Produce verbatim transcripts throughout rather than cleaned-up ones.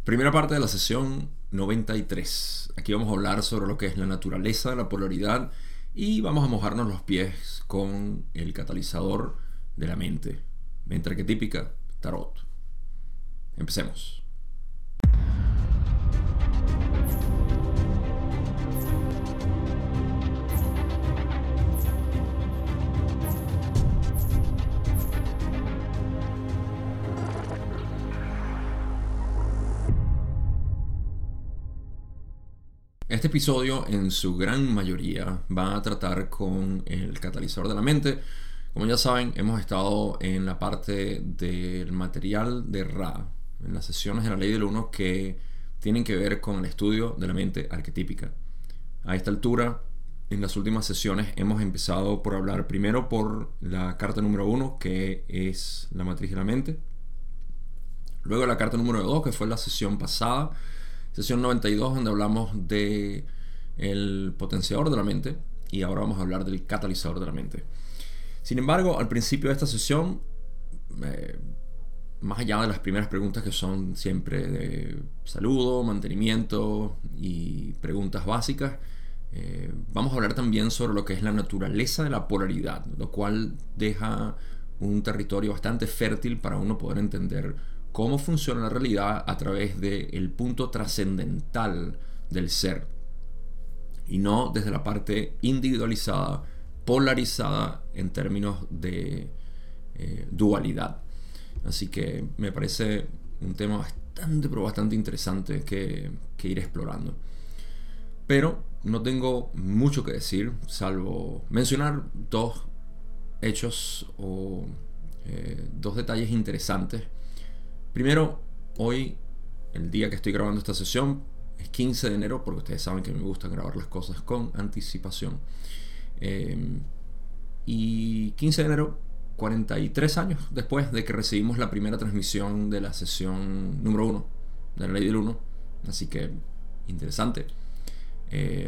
Primera parte de la sesión noventa y tres. Aquí vamos a hablar sobre lo que es la naturaleza de la polaridad y vamos a mojarnos los pies con el catalizador de la mente. Mente arquetípica, tarot. Empecemos. Este episodio en su gran mayoría va a tratar con el catalizador de la mente. Como ya saben, hemos estado en la parte del material de Ra, en las sesiones de la ley del uno que tienen que ver con el estudio de la mente arquetípica. A esta altura, en las últimas sesiones hemos empezado por hablar primero por la carta número uno, que es la matriz de la mente. Luego la carta número dos, que fue la sesión pasada, sesión noventa y dos, donde hablamos de el potenciador de la mente, y ahora vamos a hablar del catalizador de la mente. Sin embargo, al principio de esta sesión, eh, más allá de las primeras preguntas que son siempre de saludo, mantenimiento y preguntas básicas, eh, vamos a hablar también sobre lo que es la naturaleza de la polaridad, lo cual deja un territorio bastante fértil para uno poder entender cómo funciona la realidad a través del punto trascendental del ser y no desde la parte individualizada, polarizada en términos de eh, dualidad. Así que me parece un tema bastante, pero bastante interesante que, que ir explorando. Pero no tengo mucho que decir, salvo mencionar dos hechos o eh, dos detalles interesantes. Primero, hoy, el día que estoy grabando esta sesión, es quince de enero, porque ustedes saben que me gusta grabar las cosas con anticipación. Eh, y quince de enero, cuarenta y tres años después de que recibimos la primera transmisión de la sesión número uno de la ley del uno. Así que, interesante. Eh,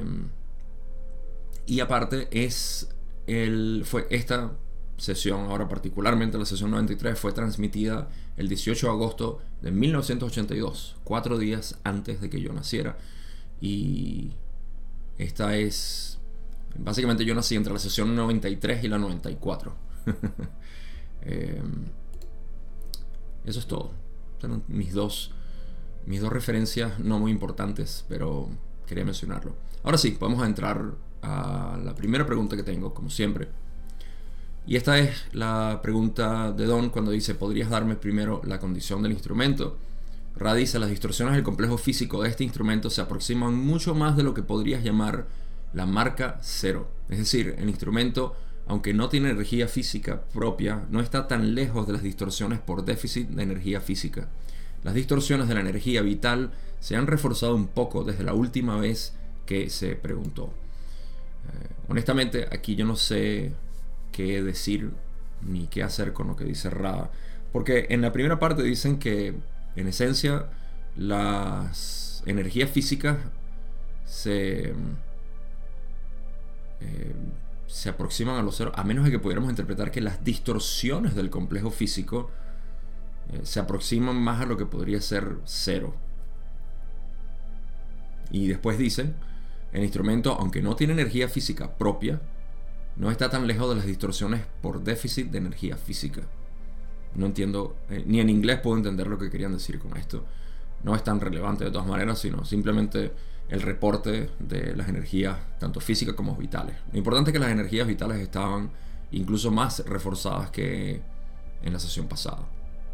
y aparte, es el, fue esta sesión, ahora particularmente la sesión noventa y tres, fue transmitida el dieciocho de agosto de mil novecientos ochenta y dos, cuatro días antes de que yo naciera. Y esta es... Básicamente yo nací entre la sesión noventa y tres y la noventa y cuatro. eh, eso es todo. Son mis dos, mis dos referencias no muy importantes, pero quería mencionarlo. Ahora sí, vamos a entrar a la primera pregunta que tengo, como siempre. Y esta es la pregunta de Don cuando dice: ¿podrías darme primero la condición del instrumento? Ra dice: las distorsiones del complejo físico de este instrumento se aproximan mucho más de lo que podrías llamar la marca cero. Es decir, el instrumento, aunque no tiene energía física propia, no está tan lejos de las distorsiones por déficit de energía física. Las distorsiones de la energía vital se han reforzado un poco desde la última vez que se preguntó. Eh, honestamente, aquí yo no sé qué decir ni qué hacer con lo que dice Ra, porque en la primera parte dicen que en esencia las energías físicas se, eh, se aproximan a los ceros, a menos de que pudiéramos interpretar que las distorsiones del complejo físico eh, se aproximan más a lo que podría ser cero. Y después dicen: el instrumento, aunque no tiene energía física propia, no está tan lejos de las distorsiones por déficit de energía física. No entiendo, eh, ni en inglés puedo entender lo que querían decir con esto. No es tan relevante de todas maneras, sino simplemente el reporte de las energías, tanto físicas como vitales. Lo importante es que las energías vitales estaban incluso más reforzadas que en la sesión pasada.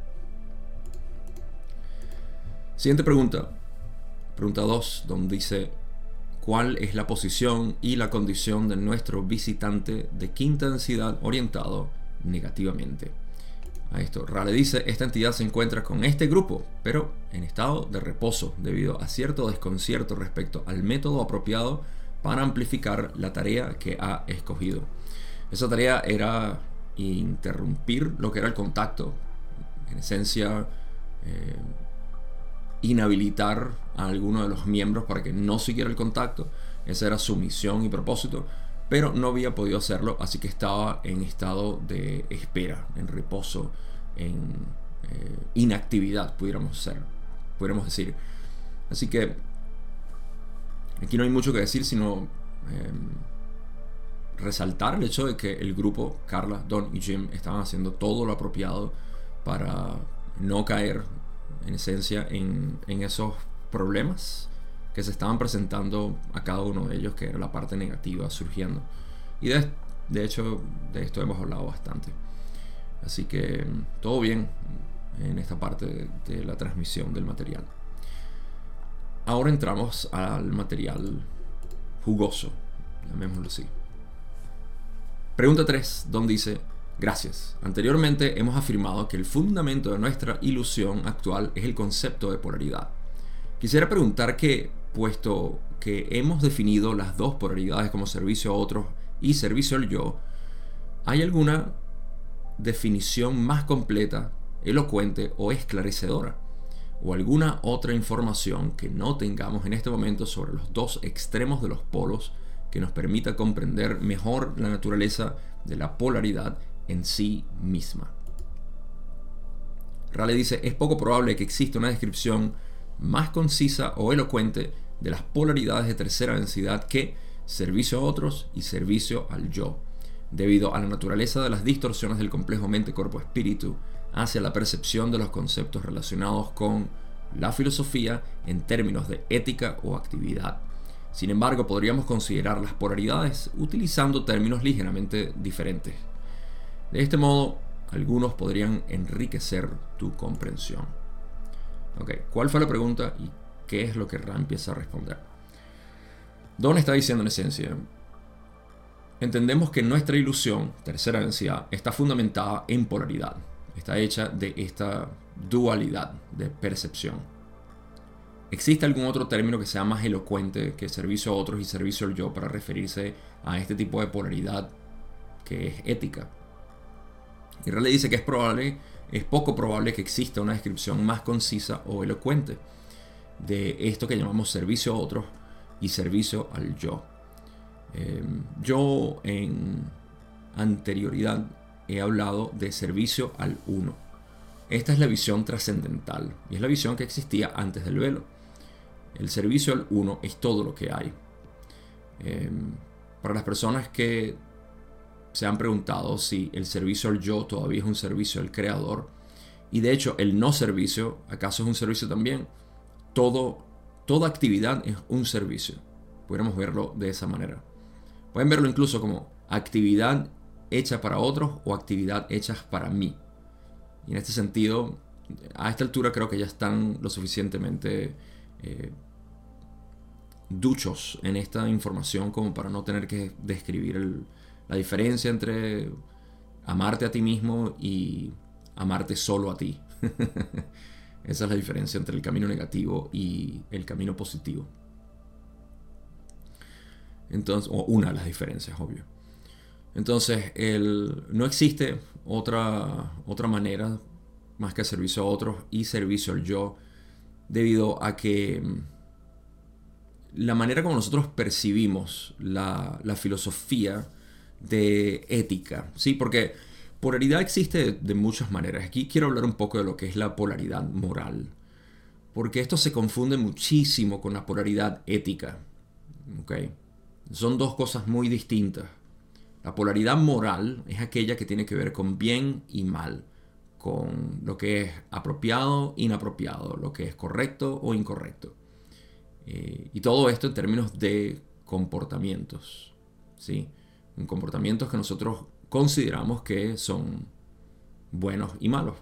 Siguiente pregunta. Pregunta dos, donde dice: ¿cuál es la posición y la condición de nuestro visitante de quinta densidad orientado negativamente? A esto Ra le dice: esta entidad se encuentra con este grupo, pero en estado de reposo debido a cierto desconcierto respecto al método apropiado para amplificar la tarea que ha escogido. Esa tarea era interrumpir lo que era el contacto, en esencia eh, inhabilitar a alguno de los miembros para que no siguiera el contacto. Esa era su misión y propósito, pero no había podido hacerlo, así que estaba en estado de espera, en reposo, en eh, inactividad, pudiéramos ser. podríamos decir. Así que aquí no hay mucho que decir, sino eh, resaltar el hecho de que el grupo, Carla, Don y Jim, estaban haciendo todo lo apropiado para no caer, en esencia, en, en esos problemas que se estaban presentando a cada uno de ellos, que era la parte negativa surgiendo. Y de, de hecho, de esto hemos hablado bastante. Así que todo bien en esta parte de, de la transmisión del material. Ahora entramos al material jugoso, llamémoslo así. Pregunta tres, Don dice: gracias. Anteriormente hemos afirmado que el fundamento de nuestra ilusión actual es el concepto de polaridad. Quisiera preguntar que, puesto que hemos definido las dos polaridades como servicio a otros y servicio al yo, ¿hay alguna definición más completa, elocuente o esclarecedora? ¿O alguna otra información que no tengamos en este momento sobre los dos extremos de los polos que nos permita comprender mejor la naturaleza de la polaridad en sí misma? Raleigh dice: es poco probable que exista una descripción más concisa o elocuente de las polaridades de tercera densidad que servicio a otros y servicio al yo, debido a la naturaleza de las distorsiones del complejo mente-cuerpo-espíritu hacia la percepción de los conceptos relacionados con la filosofía en términos de ética o actividad. Sin embargo, podríamos considerar las polaridades utilizando términos ligeramente diferentes. De este modo, algunos podrían enriquecer tu comprensión. Ok, ¿cuál fue la pregunta y qué es lo que Ra empieza a responder? Don está diciendo en esencia: entendemos que nuestra ilusión, tercera densidad, está fundamentada en polaridad. Está hecha de esta dualidad de percepción. ¿Existe algún otro término que sea más elocuente que servicio a otros y servicio al yo para referirse a este tipo de polaridad que es ética? Y Raleigh dice que es probable, es poco probable que exista una descripción más concisa o elocuente de esto que llamamos servicio a otros y servicio al yo. Eh, yo en anterioridad he hablado de servicio al uno. Esta es la visión trascendental y es la visión que existía antes del velo. El servicio al uno es todo lo que hay. Eh, para las personas que se han preguntado si el servicio al yo todavía es un servicio al creador, y de hecho el no servicio, ¿acaso es un servicio también? Todo, toda actividad es un servicio. Podríamos verlo de esa manera. Pueden verlo incluso como actividad hecha para otros o actividad hecha para mí. Y en este sentido, a esta altura creo que ya están lo suficientemente eh, duchos en esta información como para no tener que describir el, la diferencia entre amarte a ti mismo y amarte solo a ti. Esa es la diferencia entre el camino negativo y el camino positivo. Entonces, o una de las diferencias, obvio. Entonces, el, no existe otra, otra manera más que servicio a otros y servicio al yo, debido a que la manera como nosotros percibimos la, la filosofía de ética, ¿sí? Porque polaridad existe de, de muchas maneras. Aquí quiero hablar un poco de lo que es la polaridad moral, porque esto se confunde muchísimo con la polaridad ética. ¿Okay? Son dos cosas muy distintas. La polaridad moral es aquella que tiene que ver con bien y mal, con lo que es apropiado, inapropiado, lo que es correcto o incorrecto. Eh, y todo esto en términos de comportamientos, ¿sí? En comportamientos que nosotros consideramos que son buenos y malos.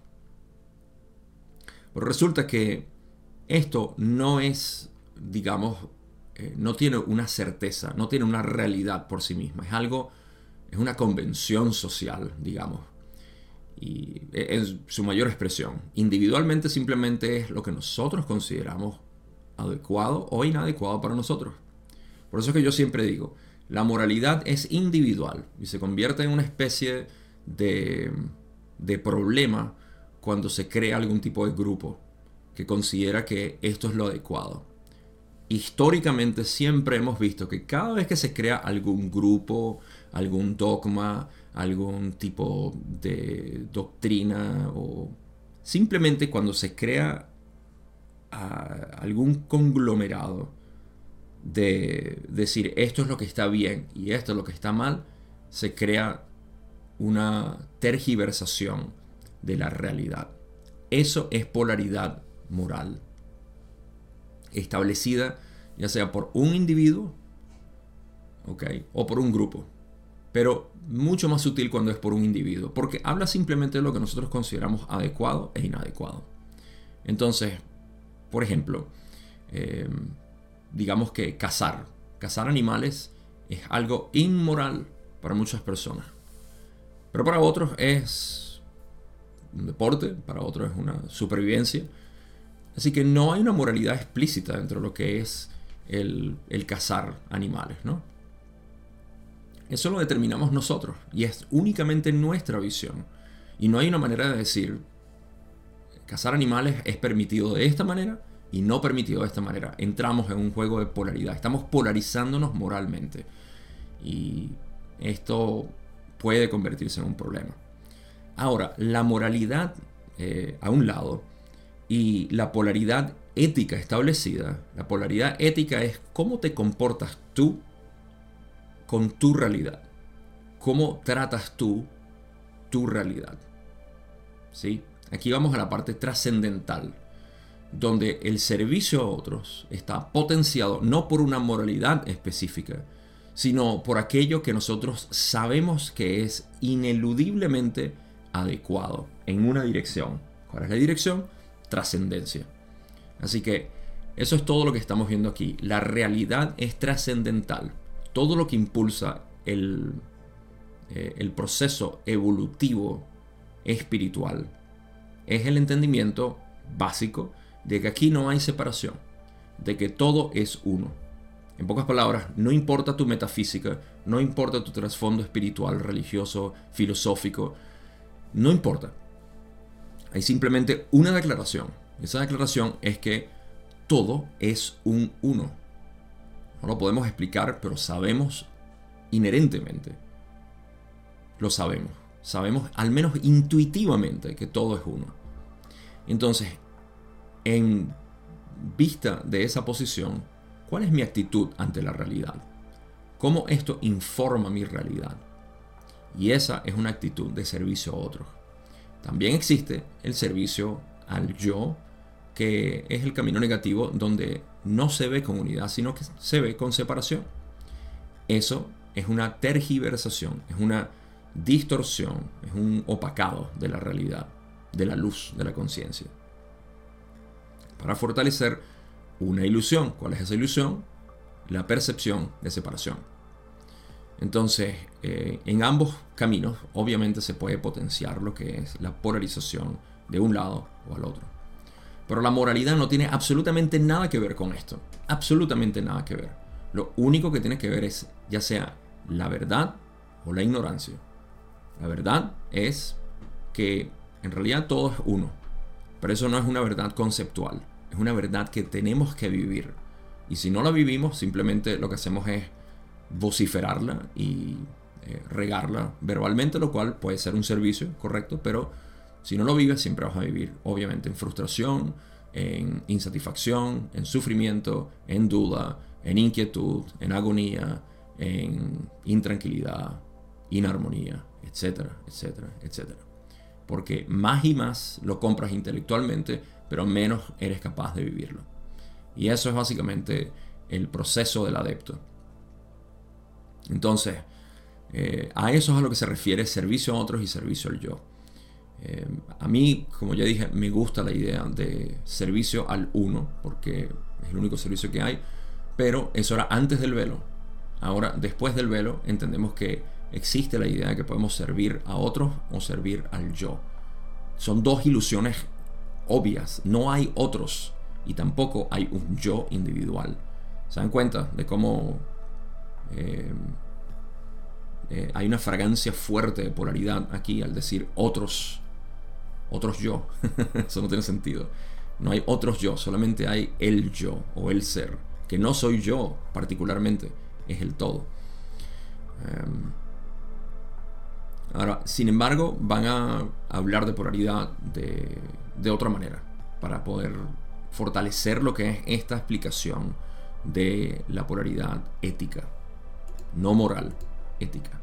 Pero resulta que esto no es, digamos, eh, no tiene una certeza, no tiene una realidad por sí misma. Es algo, es una convención social, digamos. Y en su mayor expresión. Individualmente simplemente es lo que nosotros consideramos adecuado o inadecuado para nosotros. Por eso es que yo siempre digo, la moralidad es individual y se convierte en una especie de, de problema cuando se crea algún tipo de grupo que considera que esto es lo adecuado. Históricamente siempre hemos visto que cada vez que se crea algún grupo, algún dogma, algún tipo de doctrina, o simplemente cuando se crea a algún conglomerado de decir esto es lo que está bien y esto es lo que está mal, se crea una tergiversación de la realidad. Eso es polaridad moral, establecida ya sea por un individuo, ¿okay?, o por un grupo, pero mucho más sutil cuando es por un individuo, porque habla simplemente de lo que nosotros consideramos adecuado e inadecuado. Entonces, por ejemplo, eh, digamos que cazar, cazar animales es algo inmoral para muchas personas, pero para otros es un deporte, para otros es una supervivencia. Así que no hay una moralidad explícita dentro de lo que es el, el cazar animales, ¿no? Eso lo determinamos nosotros y es únicamente nuestra visión. Y no hay una manera de decir cazar animales es permitido de esta manera y no permitido de esta manera. Entramos en un juego de polaridad. Estamos polarizándonos moralmente. Y esto puede convertirse en un problema. Ahora, la moralidad eh, a un lado y la polaridad ética establecida. La polaridad ética es cómo te comportas tú con tu realidad. Cómo tratas tú tu realidad. ¿Sí? Aquí vamos a la parte trascendental, donde el servicio a otros está potenciado no por una moralidad específica, sino por aquello que nosotros sabemos que es ineludiblemente adecuado en una dirección. ¿Cuál es la dirección? Trascendencia. Así que eso es todo lo que estamos viendo aquí. La realidad es trascendental. Todo lo que impulsa el, eh, el proceso evolutivo espiritual es el entendimiento básico de que aquí no hay separación, de que todo es uno. En pocas palabras, no importa tu metafísica, no importa tu trasfondo espiritual, religioso, filosófico, no importa. Hay simplemente una declaración. Esa declaración es que todo es un uno. No lo podemos explicar, pero sabemos inherentemente. Lo sabemos. Sabemos al menos intuitivamente que todo es uno. Entonces, en vista de esa posición, ¿cuál es mi actitud ante la realidad? ¿Cómo esto informa mi realidad? Y esa es una actitud de servicio a otros. También existe el servicio al yo, que es el camino negativo donde no se ve con unidad, sino que se ve con separación. Eso es una tergiversación, es una distorsión, es un opacado de la realidad, de la luz, de la conciencia, para fortalecer una ilusión. ¿Cuál es esa ilusión? La percepción de separación. Entonces, eh, en ambos caminos, obviamente se puede potenciar lo que es la polarización de un lado o al otro. Pero la moralidad no tiene absolutamente nada que ver con esto. Absolutamente nada que ver. Lo único que tiene que ver es ya sea la verdad o la ignorancia. La verdad es que en realidad todo es uno. Pero eso no es una verdad conceptual. Es una verdad que tenemos que vivir. Y si no la vivimos, simplemente lo que hacemos es vociferarla y eh, regarla verbalmente, lo cual puede ser un servicio, correcto, pero si no lo vives siempre vas a vivir obviamente en frustración, en insatisfacción, en sufrimiento, en duda, en inquietud, en agonía, en intranquilidad, inarmonía, etcétera, etcétera, etcétera. Porque más y más lo compras intelectualmente, pero menos eres capaz de vivirlo. Y eso es básicamente el proceso del adepto. Entonces, eh, a eso es a lo que se refiere servicio a otros y servicio al yo. Eh, a mí, como ya dije, me gusta la idea de servicio al uno, porque es el único servicio que hay, pero eso era antes del velo. Ahora, después del velo, entendemos que existe la idea de que podemos servir a otros o servir al yo. Son dos ilusiones obvias. No hay otros y tampoco hay un yo individual. ¿Se dan cuenta de cómo eh, eh, hay una fragancia fuerte de polaridad aquí al decir otros? Otros yo. Eso no tiene sentido. No hay otros yo, solamente hay el yo o el ser, que no soy yo particularmente, es el todo. Um, ahora, sin embargo, van a hablar de polaridad de, de otra manera, para poder fortalecer lo que es esta explicación de la polaridad ética, no moral, ética.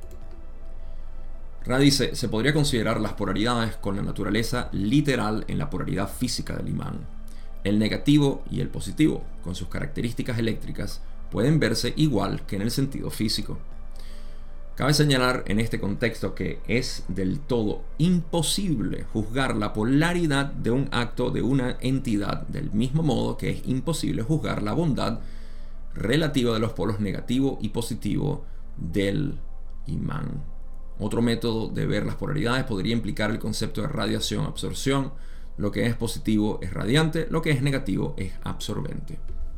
Ra dice, se podría considerar las polaridades con la naturaleza literal en la polaridad física del imán. El negativo y el positivo, con sus características eléctricas, pueden verse igual que en el sentido físico. Cabe señalar en este contexto que es del todo imposible juzgar la polaridad de un acto de una entidad del mismo modo que es imposible juzgar la bondad relativa de los polos negativo y positivo del imán. Otro método de ver las polaridades podría implicar el concepto de radiación-absorción. Lo que es positivo es radiante, lo que es negativo es absorbente.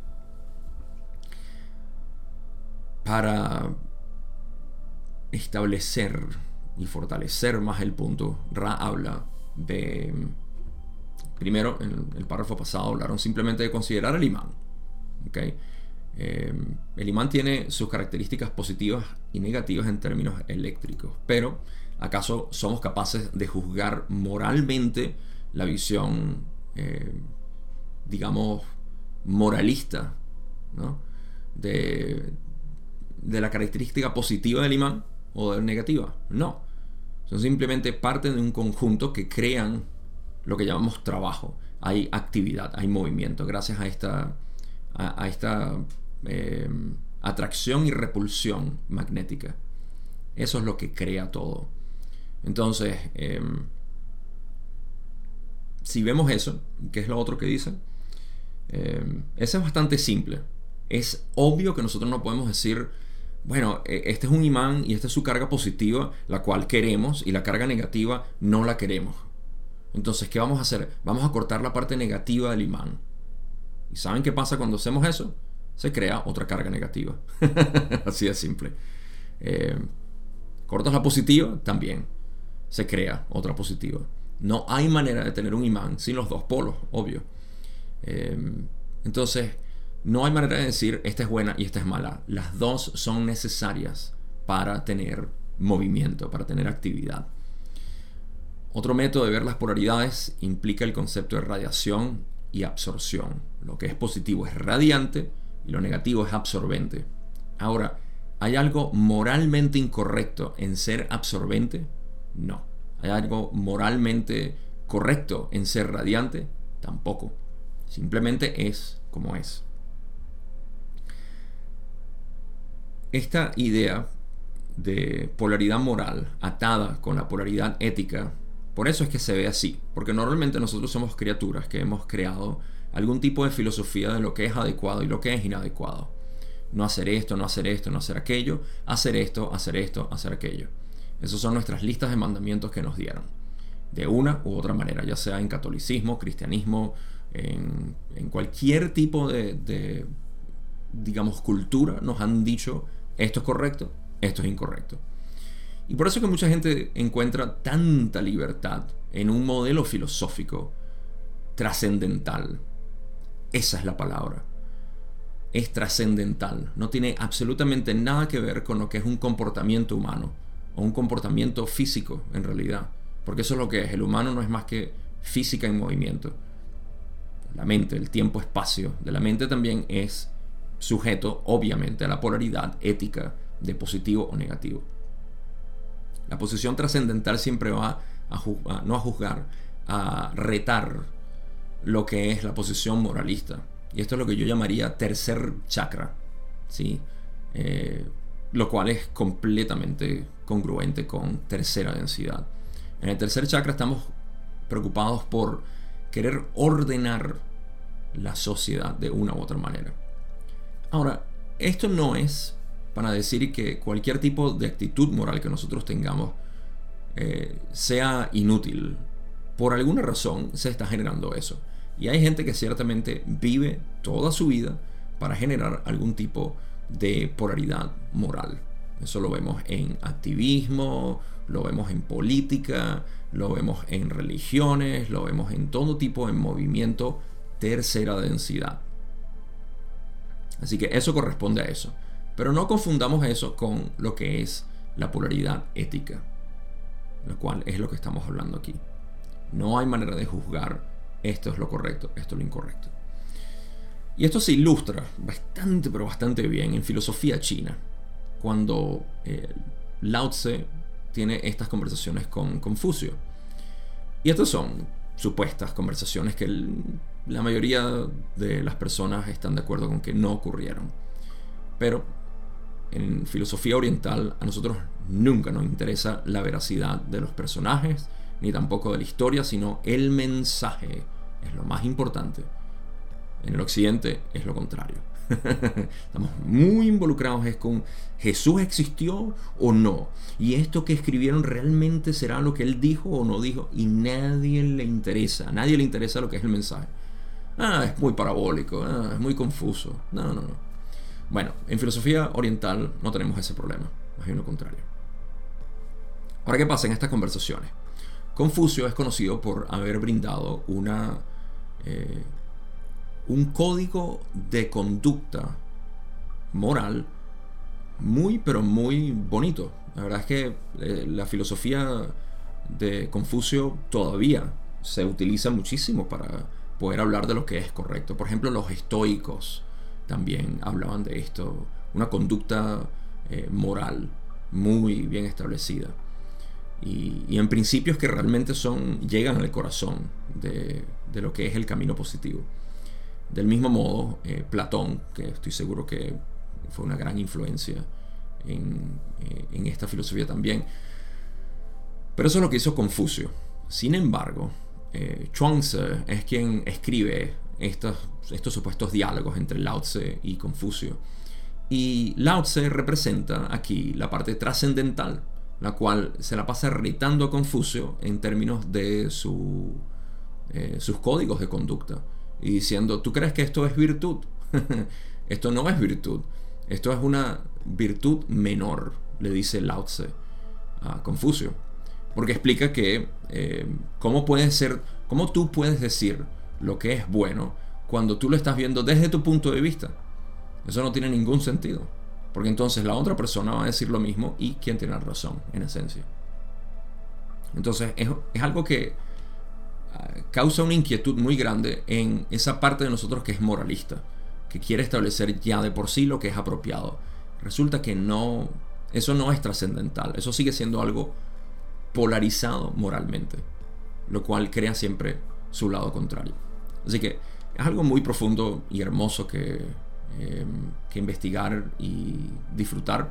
Para establecer y fortalecer más el punto, Ra habla de, primero en el párrafo pasado hablaron simplemente de considerar el imán, ¿okay? Eh, el imán tiene sus características positivas y negativas en términos eléctricos, pero ¿acaso somos capaces de juzgar moralmente la visión, eh, digamos, moralista, ¿no? de, de la característica positiva del imán o de la negativa? No, son simplemente parte de un conjunto que crean lo que llamamos trabajo. Hay actividad, hay movimiento gracias a esta, a, a esta eh, atracción y repulsión magnética. Eso es lo que crea todo. Entonces, eh, si vemos eso, ¿qué es lo otro que dice? Eh, eso es bastante simple. Es obvio que nosotros no podemos decir, bueno, este es un imán y esta es su carga positiva, la cual queremos, y la carga negativa no la queremos. Entonces, ¿qué vamos a hacer? Vamos a cortar la parte negativa del imán. ¿Y saben qué pasa cuando hacemos eso? Se crea otra carga negativa. Así de simple. Eh, cortas la positiva, también se crea otra positiva. No hay manera de tener un imán sin los dos polos, obvio. Eh, entonces, no hay manera de decir esta es buena y esta es mala. Las dos son necesarias para tener movimiento, para tener actividad. Otro método de ver las polaridades implica el concepto de radiación y absorción. Lo que es positivo es radiante y lo negativo es absorbente. Ahora, ¿hay algo moralmente incorrecto en ser absorbente? No. ¿Hay algo moralmente correcto en ser radiante? Tampoco. Simplemente es como es. Esta idea de polaridad moral atada con la polaridad ética, por eso es que se ve así, porque normalmente nosotros somos criaturas que hemos creado algún tipo de filosofía de lo que es adecuado y lo que es inadecuado. No hacer esto, no hacer esto, no hacer aquello, hacer esto, hacer esto, hacer aquello. Esas son nuestras listas de mandamientos que nos dieron, de una u otra manera, ya sea en catolicismo, cristianismo, en, en cualquier tipo de, de, digamos, cultura, nos han dicho esto es correcto, esto es incorrecto. Y por eso es que mucha gente encuentra tanta libertad en un modelo filosófico trascendental. Esa es la palabra. Es trascendental. No tiene absolutamente nada que ver con lo que es un comportamiento humano o un comportamiento físico en realidad. Porque eso es lo que es. El humano no es más que física en movimiento. La mente, el tiempo-espacio de la mente también es sujeto, obviamente, a la polaridad ética de positivo o negativo. La posición trascendental siempre va a juzgar, no a juzgar, a retar lo que es la posición moralista. Y esto es lo que yo llamaría tercer chakra, ¿sí? Eh, lo cual es completamente congruente con tercera densidad. En el tercer chakra estamos preocupados por querer ordenar la sociedad de una u otra manera. Ahora, esto no es para decir que cualquier tipo de actitud moral que nosotros tengamos eh, sea inútil. Por alguna razón se está generando eso. Y hay gente que ciertamente vive toda su vida para generar algún tipo de polaridad moral. Eso lo vemos en activismo, lo vemos en política, lo vemos en religiones, lo vemos en todo tipo de movimiento tercera densidad. Así que eso corresponde a eso. Pero no confundamos eso con lo que es la polaridad ética, lo cual es lo que estamos hablando aquí. No hay manera de juzgar esto es lo correcto, esto es lo incorrecto. Y esto se ilustra bastante, pero bastante bien en filosofía china, cuando eh, Lao Tse tiene estas conversaciones con Confucio. Y estas son supuestas conversaciones que el, la mayoría de las personas están de acuerdo con que no ocurrieron. Pero en filosofía oriental a nosotros nunca nos interesa la veracidad de los personajes, ni tampoco de la historia, sino el mensaje es lo más importante. En el occidente es lo contrario. Estamos muy involucrados es con ¿Jesús existió o no? ¿Y esto que escribieron realmente será lo que él dijo o no dijo? Y nadie le interesa, a nadie le interesa lo que es el mensaje. Ah, es muy parabólico, ah, es muy confuso. No, no, no. Bueno, en filosofía oriental no tenemos ese problema, más bien lo contrario. Ahora, ¿qué pasa en estas conversaciones? Confucio es conocido por haber brindado una... Eh, un código de conducta moral muy, pero muy bonito. La verdad es que eh, la filosofía de Confucio todavía se utiliza muchísimo para poder hablar de lo que es correcto. Por ejemplo, los estoicos también hablaban de esto. Una conducta eh, moral muy bien establecida. Y, y en principios que realmente son, llegan al corazón de, de lo que es el camino positivo. Del mismo modo, eh, Platón, que estoy seguro que fue una gran influencia en, eh, en esta filosofía también. Pero eso es lo que hizo Confucio. Sin embargo, eh, Chuang-Tzu es quien escribe estos, estos supuestos diálogos entre Lao Tse y Confucio. Y Lao Tse representa aquí la parte trascendental, la cual se la pasa retando a Confucio en términos de su, eh, sus códigos de conducta. Y diciendo, ¿tú crees que esto es virtud? Esto no es virtud. Esto es una virtud menor, le dice Lao Tse a Confucio. Porque explica que eh, cómo puede ser, cómo tú puedes decir lo que es bueno cuando tú lo estás viendo desde tu punto de vista. Eso no tiene ningún sentido. Porque entonces la otra persona va a decir lo mismo y quién tiene razón, en esencia. Entonces es, es algo que causa una inquietud muy grande en esa parte de nosotros que es moralista, que quiere establecer ya de por sí lo que es apropiado. Resulta que no, eso no es trascendental, eso sigue siendo algo polarizado moralmente, lo cual crea siempre su lado contrario. Así que es algo muy profundo y hermoso que, eh, que investigar y disfrutar,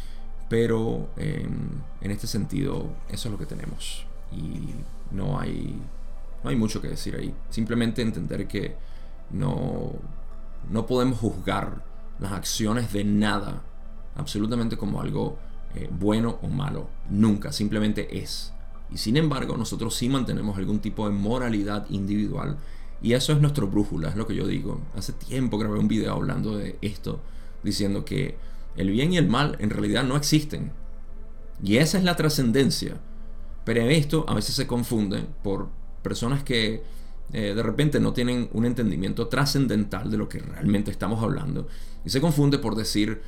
pero eh, en este sentido eso es lo que tenemos y no hay No hay mucho que decir ahí. Simplemente entender que no, no podemos juzgar las acciones de nada absolutamente como algo eh, bueno o malo. Nunca. Simplemente es. Y sin embargo, nosotros sí mantenemos algún tipo de moralidad individual. Y eso es nuestro brújula, es lo que yo digo. Hace tiempo grabé un video hablando de esto, diciendo que el bien y el mal en realidad no existen. Y esa es la trascendencia. Pero esto a veces se confunde por personas que eh, de repente no tienen un entendimiento trascendental de lo que realmente estamos hablando y se confunde por decir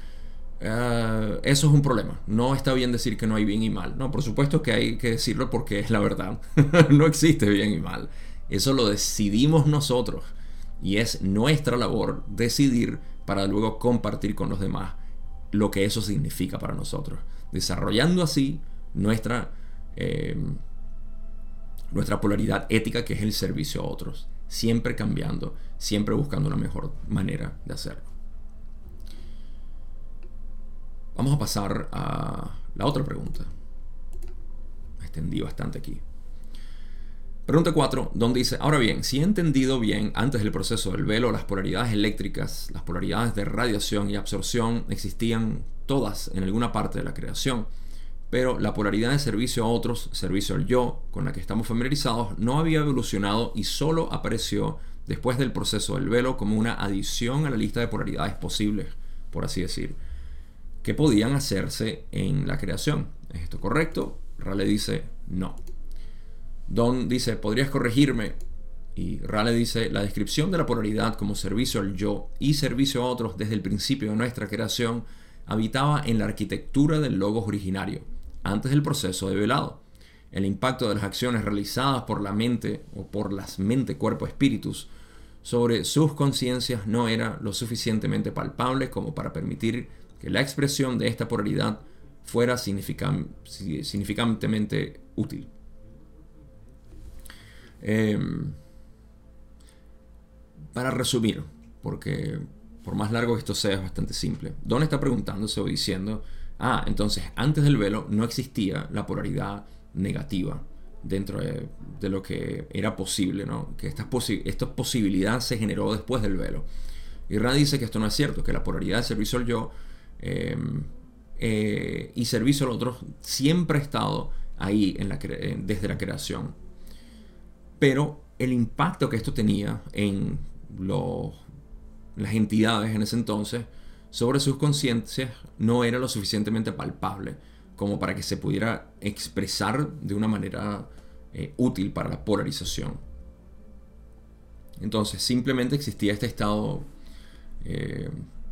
uh, eso es un problema, no está bien decir que no hay bien y mal. No, por supuesto que hay que decirlo porque es la verdad. No existe bien y mal, eso lo decidimos nosotros y es nuestra labor decidir para luego compartir con los demás lo que eso significa para nosotros, desarrollando así nuestra eh, nuestra polaridad ética, que es el servicio a otros, siempre cambiando, siempre buscando una mejor manera de hacerlo. Vamos a pasar a la otra pregunta. Me extendí bastante aquí. Pregunta cuatro, donde dice, ahora bien, si he entendido bien antes del proceso del velo, las polaridades eléctricas, las polaridades de radiación y absorción existían todas en alguna parte de la creación, pero la polaridad de servicio a otros, servicio al yo, con la que estamos familiarizados, no había evolucionado y solo apareció después del proceso del velo como una adición a la lista de polaridades posibles, por así decir, que podían hacerse en la creación. ¿Es esto correcto? Raleigh dice, no. Don dice, ¿podrías corregirme? Y Raleigh dice, la descripción de la polaridad como servicio al yo y servicio a otros desde el principio de nuestra creación habitaba en la arquitectura del logos originario, antes del proceso de velado. el impacto de las acciones realizadas por la mente o por las mente, cuerpo, espíritus sobre sus conciencias no era lo suficientemente palpable como para permitir que la expresión de esta polaridad fuera significan- significantemente útil. Eh, para resumir, porque por más largo que esto sea es bastante simple, Don está preguntándose o diciendo, ah, entonces antes del velo no existía la polaridad negativa dentro de, de lo que era posible, ¿no? Que esta, posi- esta posibilidad se generó después del velo. Y Ra dice que esto no es cierto, que la polaridad de servicio al yo eh, eh, y servicio al otro siempre ha estado ahí en la cre- desde la creación. Pero el impacto que esto tenía en los, las entidades en ese entonces sobre sus conciencias no era lo suficientemente palpable como para que se pudiera expresar de una manera eh, útil para la polarización. Entonces simplemente existía este estado eh,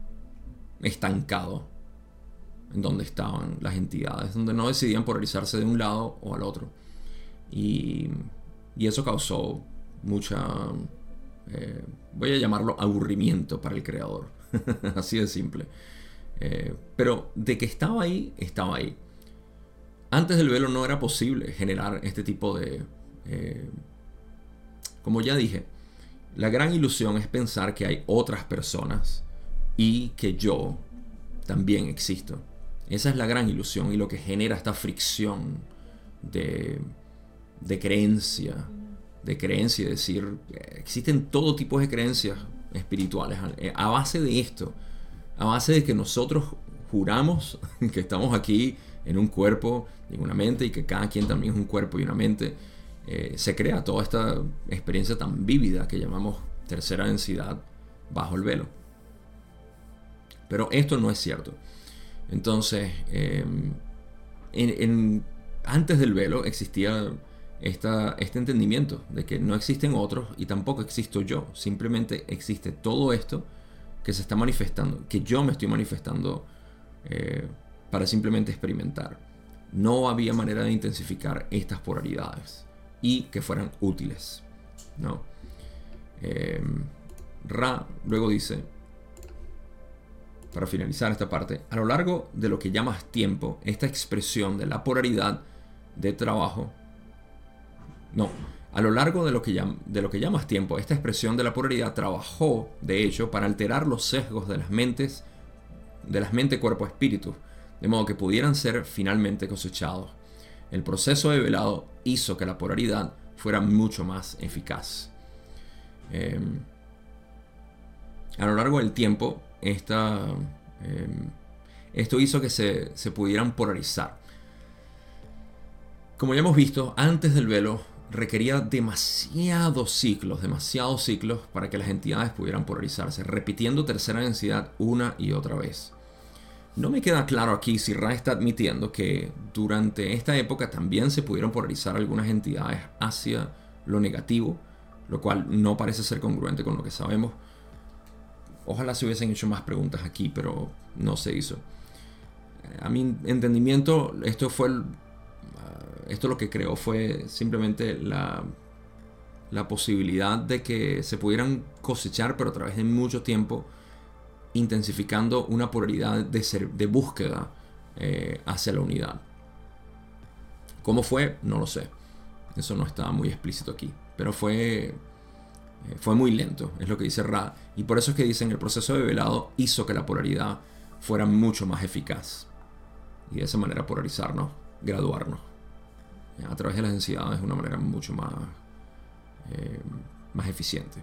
estancado en donde estaban las entidades, donde no decidían polarizarse de un lado o al otro. Y, y eso causó mucha, eh, voy a llamarlo aburrimiento para el creador. Así de simple. Eh, pero de que estaba ahí, estaba ahí. Antes del velo no era posible generar este tipo de... Eh, como ya dije, la gran ilusión es pensar que hay otras personas y que yo también existo. Esa es la gran ilusión y lo que genera esta fricción de, de creencia. De creencia, es decir, existen todo tipo de creencias espirituales a base de esto. A base de que nosotros juramos que estamos aquí en un cuerpo y en una mente y que cada quien también es un cuerpo y una mente, eh, se crea toda esta experiencia tan vívida que llamamos tercera densidad bajo el velo. Pero esto no es cierto. Entonces, eh, en, en, antes del velo existía esta, este entendimiento de que no existen otros y tampoco existo yo. Simplemente existe todo esto que se está manifestando, que yo me estoy manifestando eh, para simplemente experimentar. No había manera de intensificar estas polaridades y que fueran útiles, ¿no? Eh, Ra luego dice, para finalizar esta parte, a lo largo de lo que llamas tiempo, esta expresión de la polaridad de trabajo, no, a lo largo de lo, que llam, de lo que llamas tiempo, esta expresión de la polaridad trabajó, de hecho, para alterar los sesgos de las mentes, de las mente, cuerpo, espíritu, de modo que pudieran ser finalmente cosechados. El proceso de velado hizo que la polaridad fuera mucho más eficaz. Eh, a lo largo del tiempo, esta, eh, esto hizo que se, se pudieran polarizar. Como ya hemos visto, antes del velo requería demasiados ciclos, demasiados ciclos para que las entidades pudieran polarizarse, repitiendo tercera densidad una y otra vez. No me queda claro aquí si Ra está admitiendo que durante esta época también se pudieron polarizar algunas entidades hacia lo negativo, lo cual no parece ser congruente con lo que sabemos. Ojalá se hubiesen hecho más preguntas aquí, pero no se hizo. A mi entendimiento, esto fue el, esto lo que creó fue simplemente la, la posibilidad de que se pudieran cosechar, pero a través de mucho tiempo, intensificando una polaridad de, ser, de búsqueda eh, hacia la unidad. ¿Cómo fue? No lo sé. Eso no está muy explícito aquí. Pero fue, eh, fue muy lento, es lo que dice Ra. Y por eso es que dicen el proceso de velado hizo que la polaridad fuera mucho más eficaz. Y de esa manera polarizarnos, graduarnos. A través de las densidades de una manera mucho más, eh, más eficiente.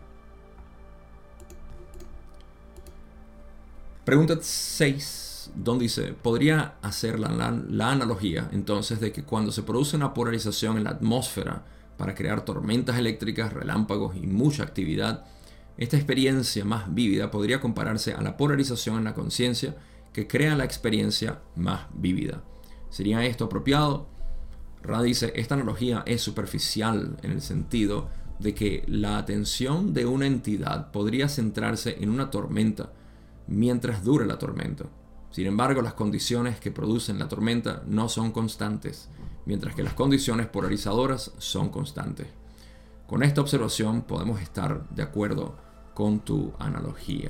Pregunta seis, donde dice, ¿podría hacer la, la, la analogía entonces de que cuando se produce una polarización en la atmósfera para crear tormentas eléctricas, relámpagos y mucha actividad, esta experiencia más vívida podría compararse a la polarización en la conciencia que crea la experiencia más vívida? ¿Sería esto apropiado? Ra dice, esta analogía es superficial en el sentido de que la atención de una entidad podría centrarse en una tormenta mientras dure la tormenta. Sin embargo, las condiciones que producen la tormenta no son constantes mientras que las condiciones polarizadoras son constantes. Con esta observación podemos estar de acuerdo con tu analogía.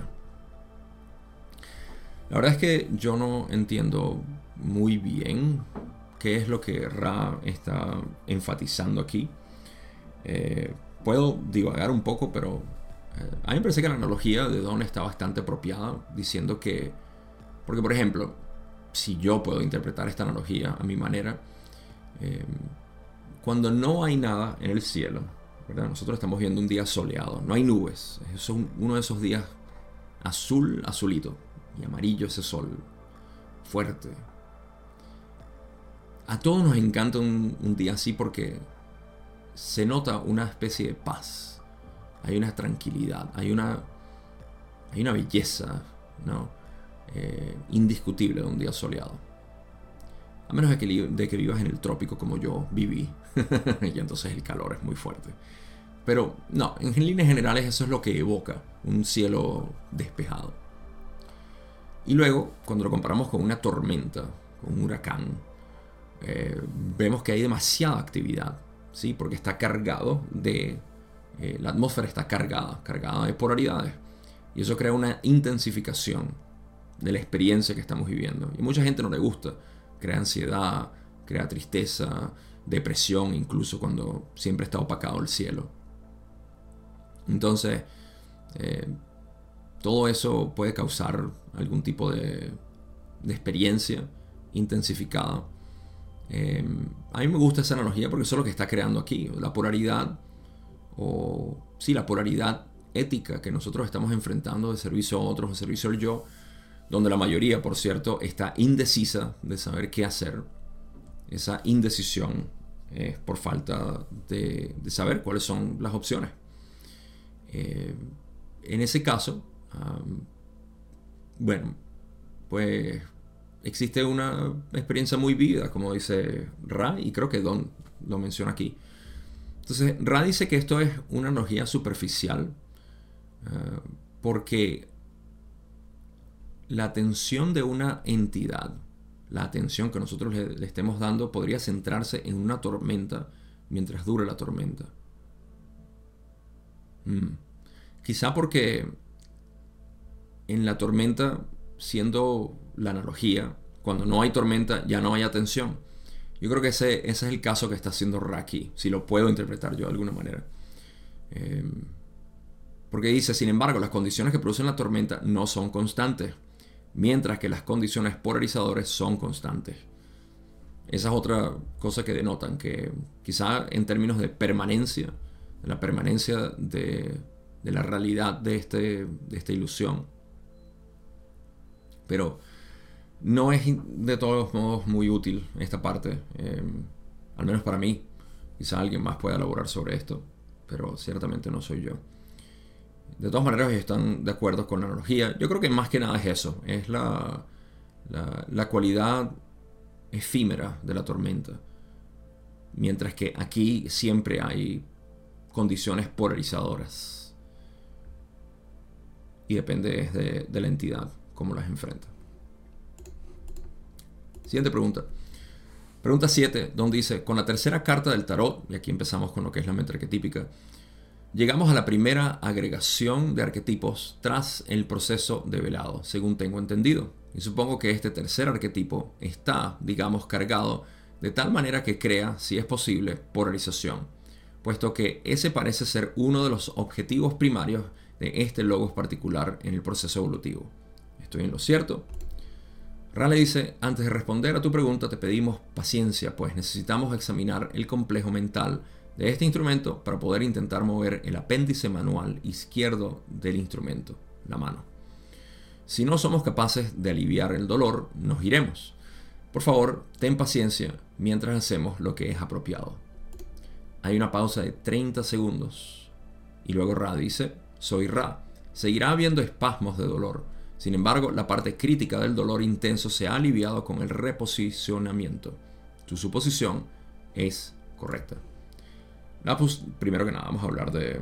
La verdad es que yo no entiendo muy bien qué es lo que Ra está enfatizando aquí. Eh, puedo divagar un poco, pero eh, a mí me parece que la analogía de Don está bastante apropiada, diciendo que, porque por ejemplo, si yo puedo interpretar esta analogía a mi manera, eh, cuando no hay nada en el cielo, ¿verdad? Nosotros estamos viendo un día soleado, no hay nubes, es uno de esos días azul, azulito y amarillo, ese sol fuerte. A todos nos encanta un, un día así porque se nota una especie de paz, hay una tranquilidad, hay una, hay una belleza, ¿no? eh, indiscutible de un día soleado. A menos de que, de que vivas en el trópico como yo viví, y entonces el calor es muy fuerte. Pero no, en líneas generales eso es lo que evoca un cielo despejado. Y luego, cuando lo comparamos con una tormenta, con un huracán, eh, vemos que hay demasiada actividad, ¿sí? Porque está cargado de... Eh, la atmósfera está cargada, cargada de polaridades. Y eso crea una intensificación de la experiencia que estamos viviendo. Y a mucha gente no le gusta. Crea ansiedad, crea tristeza, depresión, incluso cuando siempre está opacado el cielo. Entonces, eh, todo eso puede causar algún tipo de, de experiencia intensificada. Eh, a mí me gusta esa analogía porque eso es lo que está creando aquí, la polaridad, o sí, la polaridad ética que nosotros estamos enfrentando de servicio a otros, de servicio al yo, donde la mayoría, por cierto, está indecisa de saber qué hacer. Esa indecisión es por falta de, de saber cuáles son las opciones. Eh, en ese caso, um, bueno, pues existe una experiencia muy vívida, como dice Ra, y creo que Don lo menciona aquí. Entonces, Ra dice que esto es una analogía superficial, uh, porque la atención de una entidad, la atención que nosotros le, le estemos dando, podría centrarse en una tormenta mientras dure la tormenta. Mm. Quizá porque en la tormenta, siendo la analogía, cuando no hay tormenta ya no hay atención. Yo creo que ese, ese es el caso que está haciendo Ra aquí, si lo puedo interpretar yo de alguna manera. Eh, porque dice, sin embargo, las condiciones que producen la tormenta no son constantes, mientras que las condiciones polarizadoras son constantes. Esa es otra cosa que denotan, que quizá en términos de permanencia, de la permanencia de, de la realidad de, este, de esta ilusión. Pero no es de todos modos muy útil esta parte, eh, al menos para mí. Quizá alguien más pueda elaborar sobre esto, pero ciertamente no soy yo. De todas maneras, ellos están de acuerdo con la analogía. Yo creo que más que nada es eso, es la, la, la cualidad efímera de la tormenta. Mientras que aquí siempre hay condiciones polarizadoras. Y depende de, de la entidad, cómo las enfrenta. Siguiente pregunta. Pregunta siete, donde dice, con la tercera carta del tarot, y aquí empezamos con lo que es la mente arquetípica, llegamos a la primera agregación de arquetipos tras el proceso de velado, según tengo entendido. Y supongo que este tercer arquetipo está, digamos, cargado de tal manera que crea, si es posible, polarización, puesto que ese parece ser uno de los objetivos primarios de este logos particular en el proceso evolutivo. ¿Estoy en lo cierto? Ra le dice, antes de responder a tu pregunta te pedimos paciencia, pues necesitamos examinar el complejo mental de este instrumento para poder intentar mover el apéndice manual izquierdo del instrumento, la mano. Si no somos capaces de aliviar el dolor, nos iremos. Por favor, ten paciencia mientras hacemos lo que es apropiado. Hay una pausa de treinta segundos y luego Ra dice, soy Ra. Seguirá habiendo espasmos de dolor. Sin embargo, la parte crítica del dolor intenso se ha aliviado con el reposicionamiento. Tu suposición es correcta. Ah, pues, primero que nada, vamos a hablar de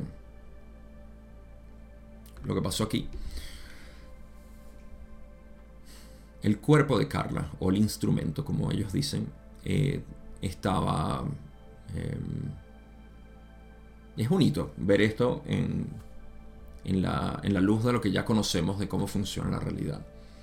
lo que pasó aquí. El cuerpo de Carla, o el instrumento, como ellos dicen, eh, estaba... Eh, es bonito ver esto en, en, la, en la luz de lo que ya conocemos de cómo funciona la realidad.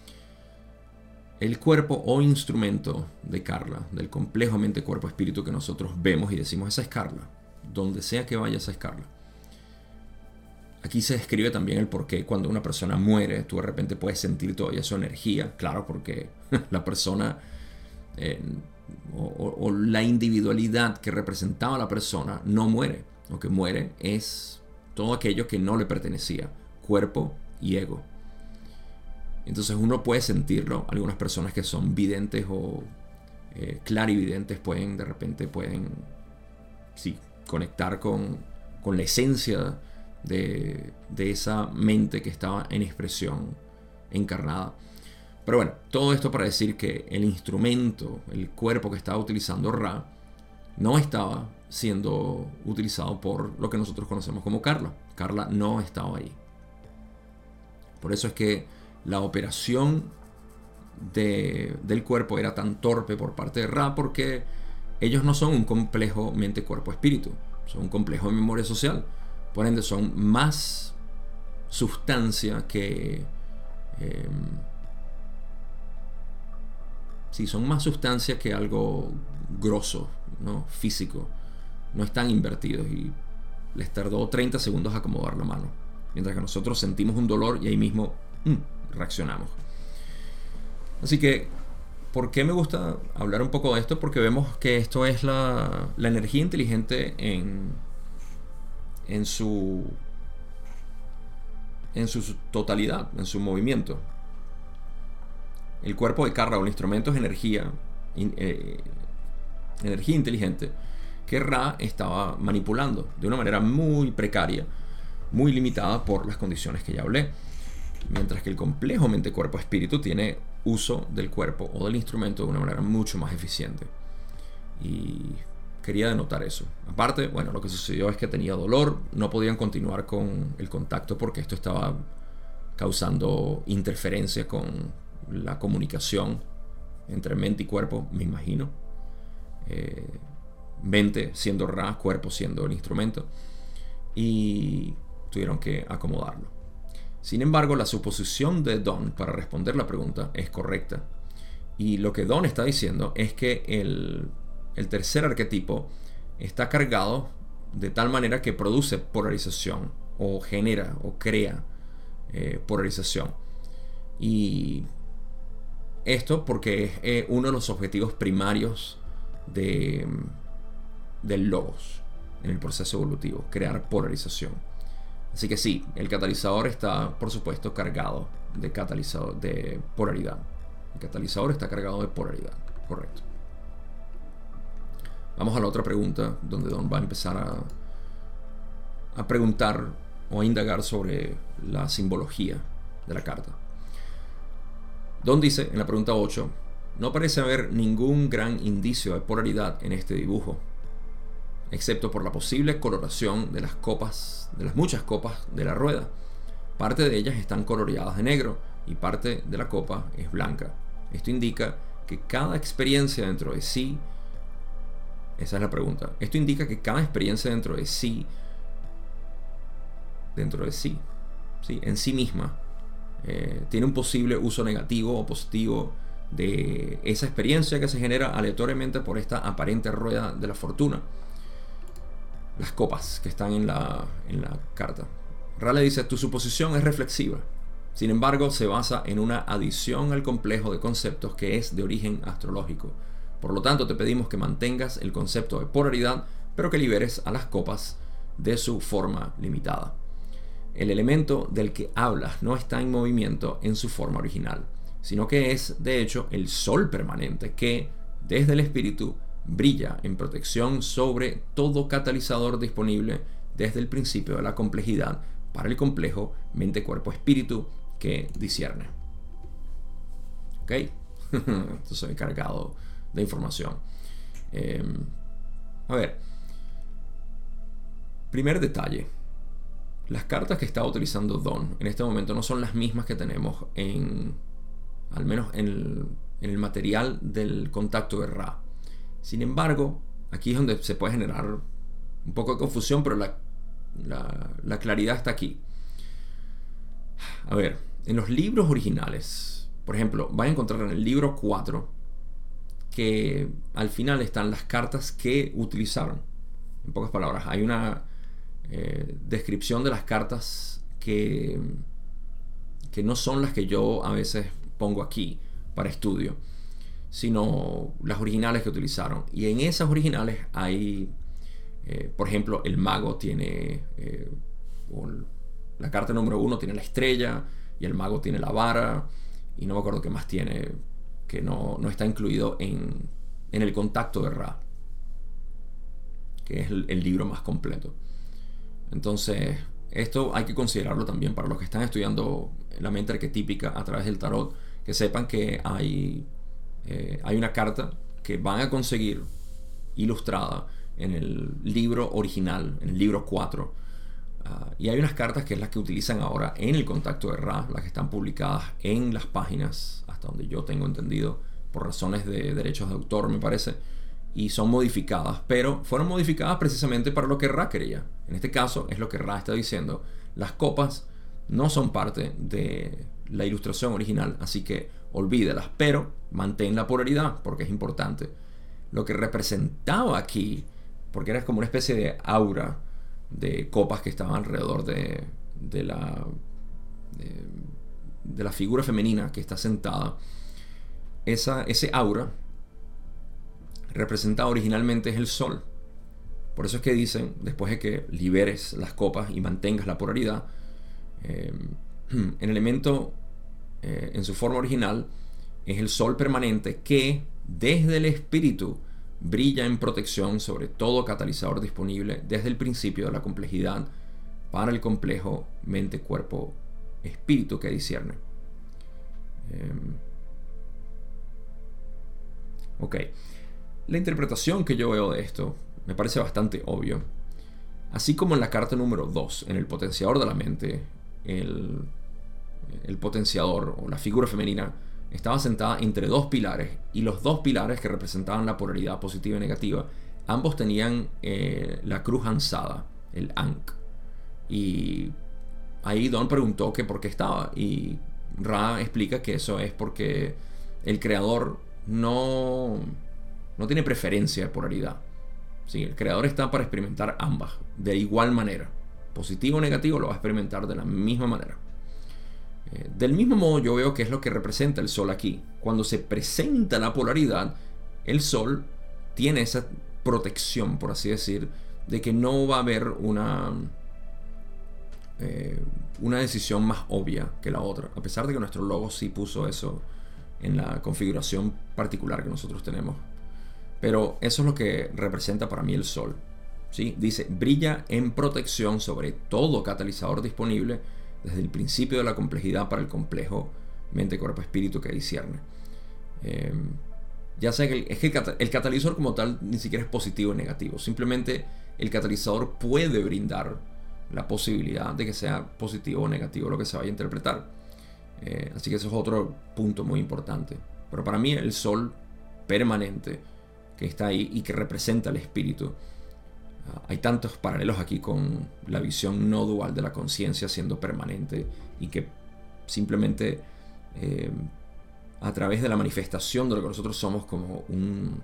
El cuerpo o instrumento de Carla, del complejo mente, cuerpo, espíritu que nosotros vemos y decimos, esa es Carla. Donde sea que vaya, esa es Carla. Aquí se describe también el por qué cuando una persona muere, tú de repente puedes sentir todavía su energía. Claro, porque la persona eh, o, o, o la individualidad que representaba a la persona no muere. Lo que muere es todo aquello que no le pertenecía, cuerpo y ego. Entonces uno puede sentirlo. Algunas personas que son videntes o eh, clarividentes pueden de repente pueden sí, conectar con, con la esencia de, de esa mente que estaba en expresión encarnada. Pero bueno, todo esto para decir que el instrumento, el cuerpo que estaba utilizando Ra, no estaba siendo utilizado por lo que nosotros conocemos como Carla. Carla no estaba ahí. Por eso es que la operación de, del cuerpo era tan torpe por parte de Ra, porque ellos no son un complejo mente, cuerpo, espíritu. Son un complejo de memoria social. Por ende, son más sustancia que... Eh, sí, son más sustancia que algo grosso, ¿no? Físico. No están invertidos y les tardó treinta segundos acomodar la mano. Mientras que nosotros sentimos un dolor y ahí mismo mm, reaccionamos. Así que, ¿por qué me gusta hablar un poco de esto? Porque vemos que esto es la, la energía inteligente en, en, su, en su totalidad, en su movimiento. El cuerpo de Carla o el instrumento es energía, in, eh, energía inteligente que Ra estaba manipulando de una manera muy precaria, muy limitada por las condiciones que ya hablé. Mientras que el complejo mente, cuerpo, espíritu tiene uso del cuerpo o del instrumento de una manera mucho más eficiente. Y quería denotar eso. Aparte, bueno, lo que sucedió es que tenía dolor, no podían continuar con el contacto porque esto estaba causando interferencia con la comunicación entre mente y cuerpo, me imagino. Eh, mente siendo Ra, cuerpo siendo el instrumento. Y tuvieron que acomodarlo. Sin embargo, la suposición de Don para responder la pregunta es correcta. Y lo que Don está diciendo es que el, el tercer arquetipo está cargado de tal manera que produce polarización o genera o crea eh, polarización. Y esto porque es eh, uno de los objetivos primarios de, del logos en el proceso evolutivo, crear polarización. Así que sí, el catalizador está, por supuesto, cargado de catalizador de polaridad. El catalizador está cargado de polaridad, correcto. Vamos a la otra pregunta, donde Don va a empezar a, a preguntar o a indagar sobre la simbología de la carta. Don dice en la pregunta ocho, no parece haber ningún gran indicio de polaridad en este dibujo, excepto por la posible coloración de las copas, de las muchas copas de la rueda. Parte de ellas están coloreadas de negro y parte de la copa es blanca. Esto indica que cada experiencia dentro de sí, esa es la pregunta, esto indica que cada experiencia dentro de sí, dentro de sí, sí en sí misma, eh, tiene un posible uso negativo o positivo de esa experiencia que se genera aleatoriamente por esta aparente rueda de la fortuna. Las copas que están en la, en la carta. Ra le dice, tu suposición es reflexiva. Sin embargo, se basa en una adición al complejo de conceptos que es de origen astrológico. Por lo tanto, te pedimos que mantengas el concepto de polaridad, pero que liberes a las copas de su forma limitada. El elemento del que hablas no está en movimiento en su forma original, sino que es, de hecho, el sol permanente que, desde el espíritu, brilla en protección sobre todo catalizador disponible desde el principio de la complejidad para el complejo mente-cuerpo-espíritu que discierne. ¿Ok? Entonces he cargado de información. Eh, a ver. Primer detalle. Las cartas que está utilizando Don en este momento no son las mismas que tenemos en, al menos en el, en el material del contacto de Ra. Sin embargo, aquí es donde se puede generar un poco de confusión, pero la, la, la claridad está aquí. A ver, en los libros originales, por ejemplo, van a encontrar en el libro cuatro que al final están las cartas que utilizaron. En pocas palabras, hay una eh, descripción de las cartas que, que no son las que yo a veces pongo aquí para estudio, sino las originales que utilizaron. Y en esas originales hay, eh, por ejemplo, el mago tiene, eh, la carta número uno tiene la estrella, y el mago tiene la vara, y no me acuerdo qué más tiene, que no, no está incluido en, en el contacto de Ra, que es el, el libro más completo. Entonces, esto hay que considerarlo también para los que están estudiando la mente arquetípica a través del tarot, que sepan que hay, eh, hay una carta que van a conseguir ilustrada en el libro original, en el libro cuatro. Uh, y hay unas cartas que es las que utilizan ahora en el contacto de Ra, las que están publicadas en las páginas, hasta donde yo tengo entendido, por razones de derechos de autor, me parece, y son modificadas, pero fueron modificadas precisamente para lo que Ra quería. En este caso es lo que Ra está diciendo: las copas no son parte de la ilustración original, así que olvídelas, pero mantén la polaridad, porque es importante. Lo que representaba aquí, porque era como una especie de aura de copas que estaban alrededor de, de, la, de, de la figura femenina que está sentada, esa, ese aura representado originalmente es el sol. Por eso es que dicen, después de que liberes las copas y mantengas la polaridad, eh, el elemento eh, en su forma original es el sol permanente que desde el espíritu brilla en protección sobre todo catalizador disponible desde el principio de la complejidad para el complejo mente-cuerpo-espíritu que discierne. Eh, ok. La interpretación que yo veo de esto me parece bastante obvio. Así como en la carta número dos, en el potenciador de la mente, el, el potenciador o la figura femenina estaba sentada entre dos pilares, y los dos pilares que representaban la polaridad positiva y negativa, ambos tenían eh, la cruz ansada, el Ankh. Y ahí Don preguntó que por qué estaba, y Ra explica que eso es porque el creador no, no tiene preferencia de polaridad. Sí, el creador está para experimentar ambas de igual manera. Positivo o negativo lo va a experimentar de la misma manera. Eh, del mismo modo yo veo que es lo que representa el sol aquí. Cuando se presenta la polaridad, el sol tiene esa protección, por así decir, de que no va a haber una, eh, una decisión más obvia que la otra. A pesar de que nuestro logo sí puso eso en la configuración particular que nosotros tenemos. Pero eso es lo que representa para mí el sol. ¿Sí? Dice, brilla en protección sobre todo catalizador disponible desde el principio de la complejidad para el complejo mente, cuerpo, espíritu que discierne. Eh, ya sé que, el, es que el, cat, el catalizador como tal ni siquiera es positivo o negativo. Simplemente el catalizador puede brindar la posibilidad de que sea positivo o negativo lo que se vaya a interpretar. Eh, así que eso es otro punto muy importante. Pero para mí el sol permanente que está ahí y que representa el espíritu, uh, hay tantos paralelos aquí con la visión no dual de la conciencia siendo permanente, y que simplemente eh, a través de la manifestación de lo que nosotros somos como un,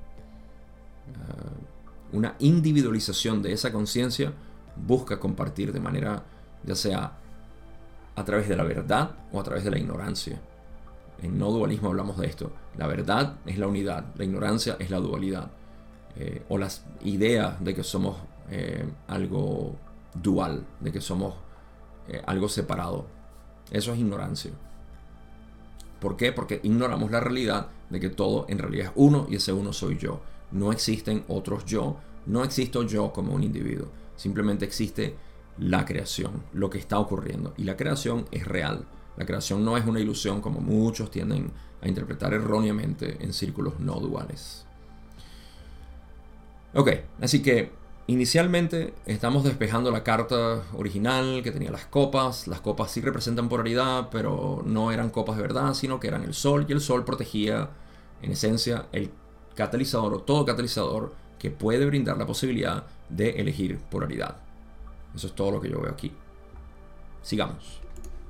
uh, una individualización de esa conciencia, busca compartir de manera, ya sea a través de la verdad o a través de la ignorancia. En no dualismo hablamos de esto. La verdad es la unidad, la ignorancia es la dualidad. Eh, o las ideas de que somos eh, algo dual, de que somos eh, algo separado. Eso es ignorancia. ¿Por qué? Porque ignoramos la realidad de que todo en realidad es uno, y ese uno soy yo. No existen otros yo, no existo yo como un individuo. Simplemente existe la creación, lo que está ocurriendo. Y la creación es real. La creación no es una ilusión como muchos tienden a interpretar erróneamente en círculos no duales. Ok, así que inicialmente estamos despejando la carta original que tenía las copas. Las copas sí representan polaridad, pero no eran copas de verdad, sino que eran el sol, y el sol protegía en esencia el catalizador o todo catalizador que puede brindar la posibilidad de elegir polaridad. Eso es todo lo que yo veo aquí. Sigamos.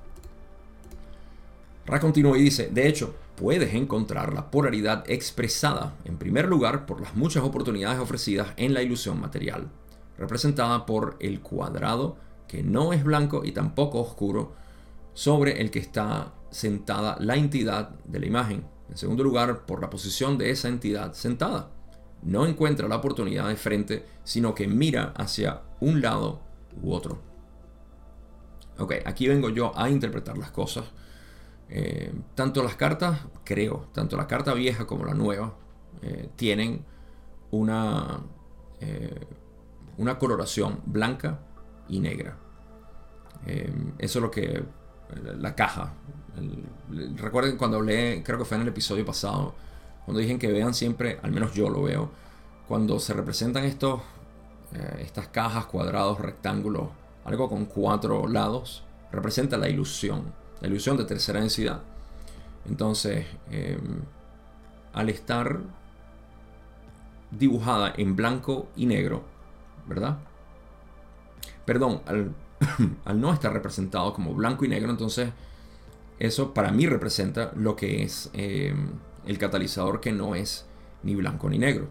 Ra continúa y dice, de hecho, puedes encontrar la polaridad expresada, en primer lugar, por las muchas oportunidades ofrecidas en la ilusión material, representada por el cuadrado que no es blanco y tampoco oscuro, sobre el que está sentada la entidad de la imagen. En segundo lugar, por la posición de esa entidad sentada. No encuentra la oportunidad de frente, sino que mira hacia un lado u otro. Ok, aquí vengo yo a interpretar las cosas. Eh, tanto las cartas, creo, tanto la carta vieja como la nueva, eh, tienen una, eh, una coloración blanca y negra. Eh, eso es lo que la caja. El, recuerden cuando hablé, creo que fue en el episodio pasado, cuando dije que vean siempre, al menos yo lo veo, cuando se representan estos, eh, estas cajas, cuadrados, rectángulos, algo con cuatro lados, representa la ilusión, la ilusión de tercera densidad. Entonces, eh, al estar dibujada en blanco y negro, ¿verdad? Perdón, al, al no estar representado como blanco y negro, entonces eso para mí representa lo que es eh, el catalizador que no es ni blanco ni negro.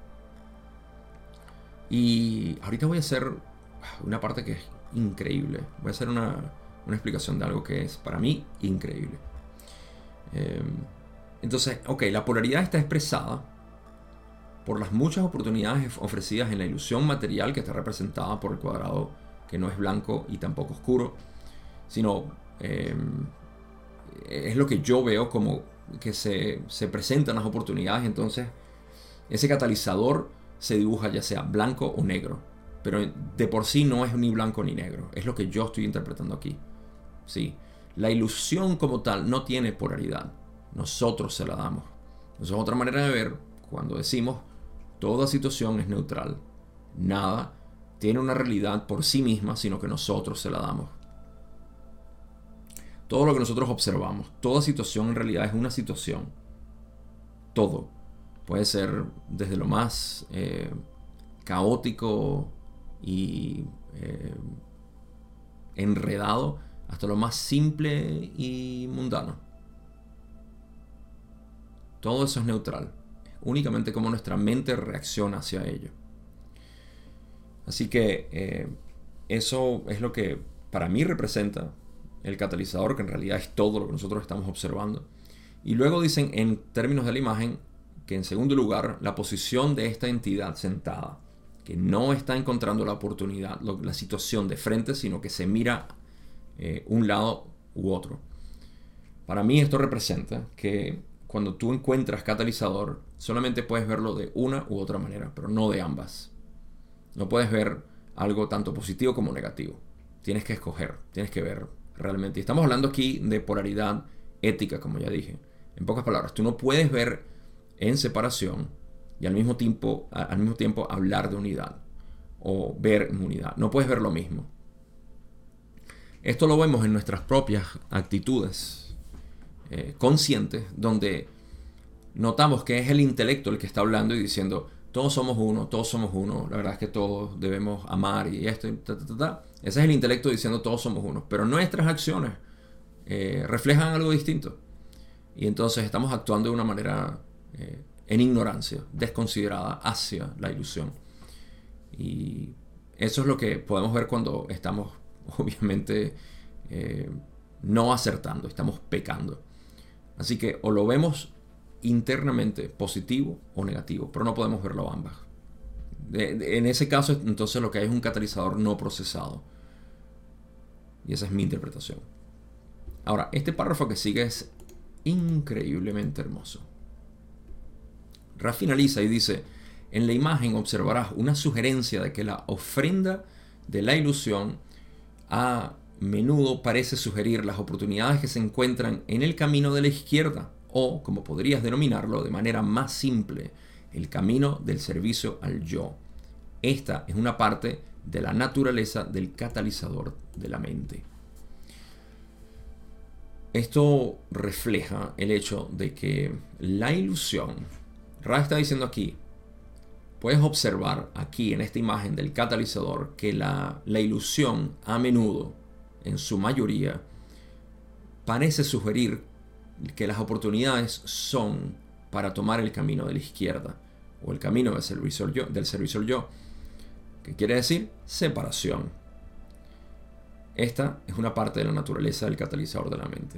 Y ahorita voy a hacer una parte que es increíble. Voy a hacer una, una explicación de algo que es para mí increíble. Eh, entonces, ok, la polaridad está expresada por las muchas oportunidades ofrecidas en la ilusión material que está representada por el cuadrado que no es blanco y tampoco oscuro, sino eh, es lo que yo veo como que se, se presentan las oportunidades. Entonces ese catalizador se dibuja ya sea blanco o negro, pero de por sí no es ni blanco ni negro. Es lo que yo estoy interpretando aquí. Sí, la ilusión como tal no tiene polaridad, nosotros se la damos. Esa es otra manera de ver cuando decimos toda situación es neutral. Nada tiene una realidad por sí misma, sino que nosotros se la damos. Todo lo que nosotros observamos, toda situación en realidad es una situación. Todo. Puede ser desde lo más eh, caótico y eh, enredado hasta lo más simple y mundano. Todo eso es neutral. Únicamente como nuestra mente reacciona hacia ello. Así que eh, eso es lo que para mí representa el catalizador, que en realidad es todo lo que nosotros estamos observando. Y luego dicen en términos de la imagen que en segundo lugar la posición de esta entidad sentada, que no está encontrando la oportunidad, la situación de frente, sino que se mira eh, un lado u otro. Para mí esto representa que cuando tú encuentras catalizador solamente puedes verlo de una u otra manera, pero no de ambas. No puedes ver algo tanto positivo como negativo. Tienes que escoger, tienes que ver realmente. Y estamos hablando aquí de polaridad ética, como ya dije. En pocas palabras, tú no puedes ver en separación y al mismo tiempo, al mismo tiempo hablar de unidad o ver en unidad. No puedes ver lo mismo. Esto lo vemos en nuestras propias actitudes eh, conscientes, donde notamos que es el intelecto el que está hablando y diciendo todos somos uno, todos somos uno, la verdad es que todos debemos amar y esto y ta, ta, ta, ta. Ese es el intelecto diciendo todos somos uno, pero nuestras acciones eh, reflejan algo distinto y entonces estamos actuando de una manera eh, en ignorancia, desconsiderada hacia la ilusión. Y eso es lo que podemos ver cuando estamos obviamente eh, no acertando, estamos pecando. Así que o lo vemos internamente positivo o negativo, pero no podemos verlo ambas. De, de, en ese caso, entonces lo que hay es un catalizador no procesado. Y esa es mi interpretación. Ahora, este párrafo que sigue es increíblemente hermoso. Ra finaliza y dice: en la imagen observarás una sugerencia de que la ofrenda de la ilusión a menudo parece sugerir las oportunidades que se encuentran en el camino de la izquierda, o, como podrías denominarlo de manera más simple, el camino del servicio al yo. Esta es una parte de la naturaleza del catalizador de la mente. Esto refleja el hecho de que la ilusión, Ra está diciendo aquí, puedes observar aquí en esta imagen del catalizador que la, la ilusión a menudo, en su mayoría, parece sugerir que las oportunidades son para tomar el camino de la izquierda o el camino del servicio yo, del servicio yo, que quiere decir separación. Esta es una parte de la naturaleza del catalizador de la mente.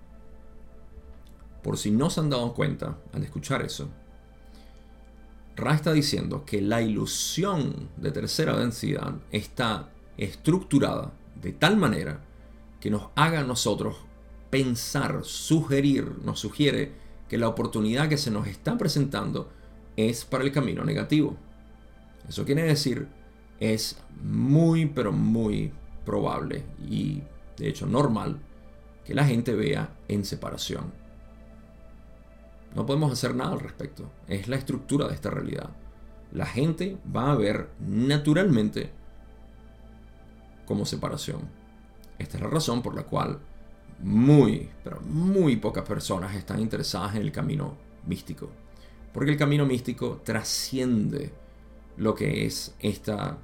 Por si no se han dado cuenta al escuchar eso, Ra está diciendo que la ilusión de tercera densidad está estructurada de tal manera que nos haga a nosotros pensar, sugerir, nos sugiere que la oportunidad que se nos está presentando es para el camino negativo. Eso quiere decir, es muy, pero muy probable y de hecho normal que la gente vea en separación. No podemos hacer nada al respecto. Es la estructura de esta realidad. La gente va a ver naturalmente como separación. Esta es la razón por la cual muy, pero muy pocas personas están interesadas en el camino místico. Porque el camino místico trasciende lo que es esta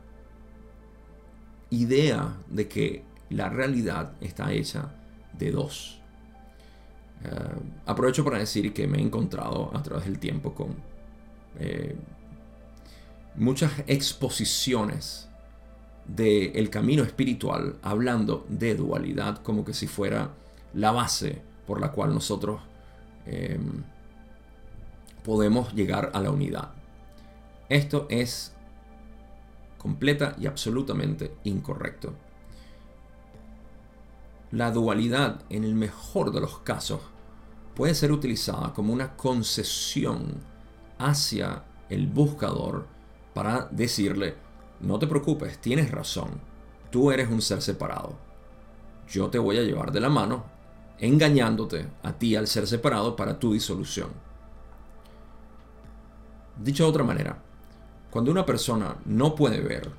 idea de que la realidad está hecha de dos. Uh, aprovecho para decir que me he encontrado a través del tiempo con eh, muchas exposiciones del camino espiritual hablando de dualidad como que si fuera la base por la cual nosotros eh, podemos llegar a la unidad. Esto es completa y absolutamente incorrecto. La dualidad, en el mejor de los casos, puede ser utilizada como una concesión hacia el buscador para decirle, no te preocupes, tienes razón, tú eres un ser separado. Yo te voy a llevar de la mano, engañándote a ti al ser separado para tu disolución. Dicho de otra manera, cuando una persona no puede ver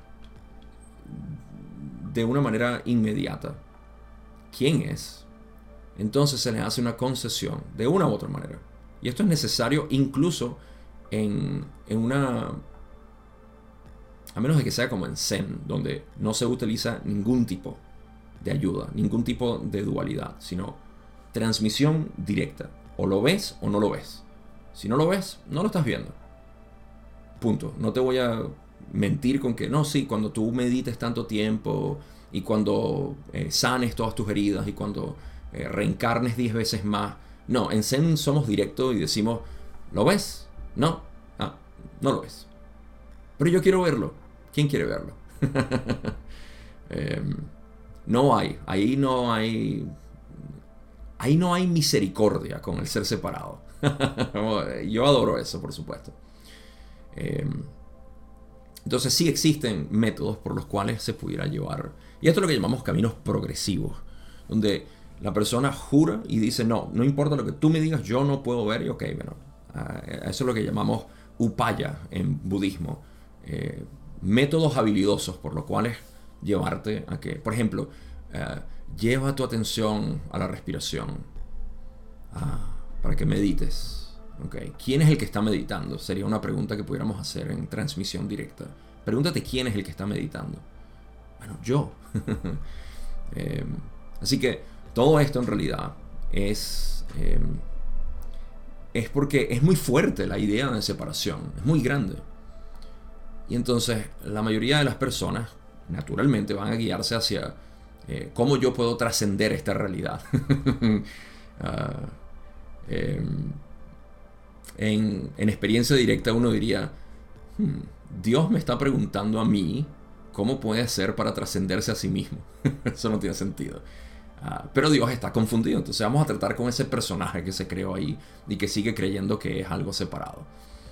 de una manera inmediata quién es, entonces se le hace una concesión de una u otra manera. Y esto es necesario incluso en, en una... a menos de que sea como en Zen, donde no se utiliza ningún tipo de ayuda, ningún tipo de dualidad, sino transmisión directa. O lo ves o no lo ves. Si no lo ves, no lo estás viendo. Punto. No te voy a mentir con que no, sí, cuando tú medites tanto tiempo y cuando eh, sanes todas tus heridas y cuando eh, reencarnes diez veces más. No, en Zen somos directos y decimos, ¿lo ves? No. Ah, no lo ves. Pero yo quiero verlo. ¿Quién quiere verlo? eh, no hay. Ahí no hay... Ahí no hay misericordia con el ser separado. Yo adoro eso, por supuesto. Eh, entonces sí existen métodos por los cuales se pudiera llevar. Y esto es lo que llamamos caminos progresivos. Donde la persona jura y dice, no, no importa lo que tú me digas, yo no puedo ver. Y ok, bueno, uh, eso es lo que llamamos upaya en budismo. Eh, métodos habilidosos por los cuales llevarte a que, por ejemplo, uh, lleva tu atención a la respiración uh, para que medites. Okay. ¿Quién es el que está meditando? Sería una pregunta que pudiéramos hacer en transmisión directa. Pregúntate quién es el que está meditando. Bueno, yo. eh, así que todo esto en realidad es, eh, es porque es muy fuerte la idea de separación. Es muy grande. Y entonces la mayoría de las personas naturalmente van a guiarse hacia eh, cómo yo puedo trascender esta realidad. uh, eh, En, en experiencia directa uno diría, hmm, Dios me está preguntando a mí cómo puede hacer para trascenderse a sí mismo. Eso no tiene sentido. Uh, pero Dios está confundido. Entonces vamos a tratar con ese personaje que se creó ahí y que sigue creyendo que es algo separado.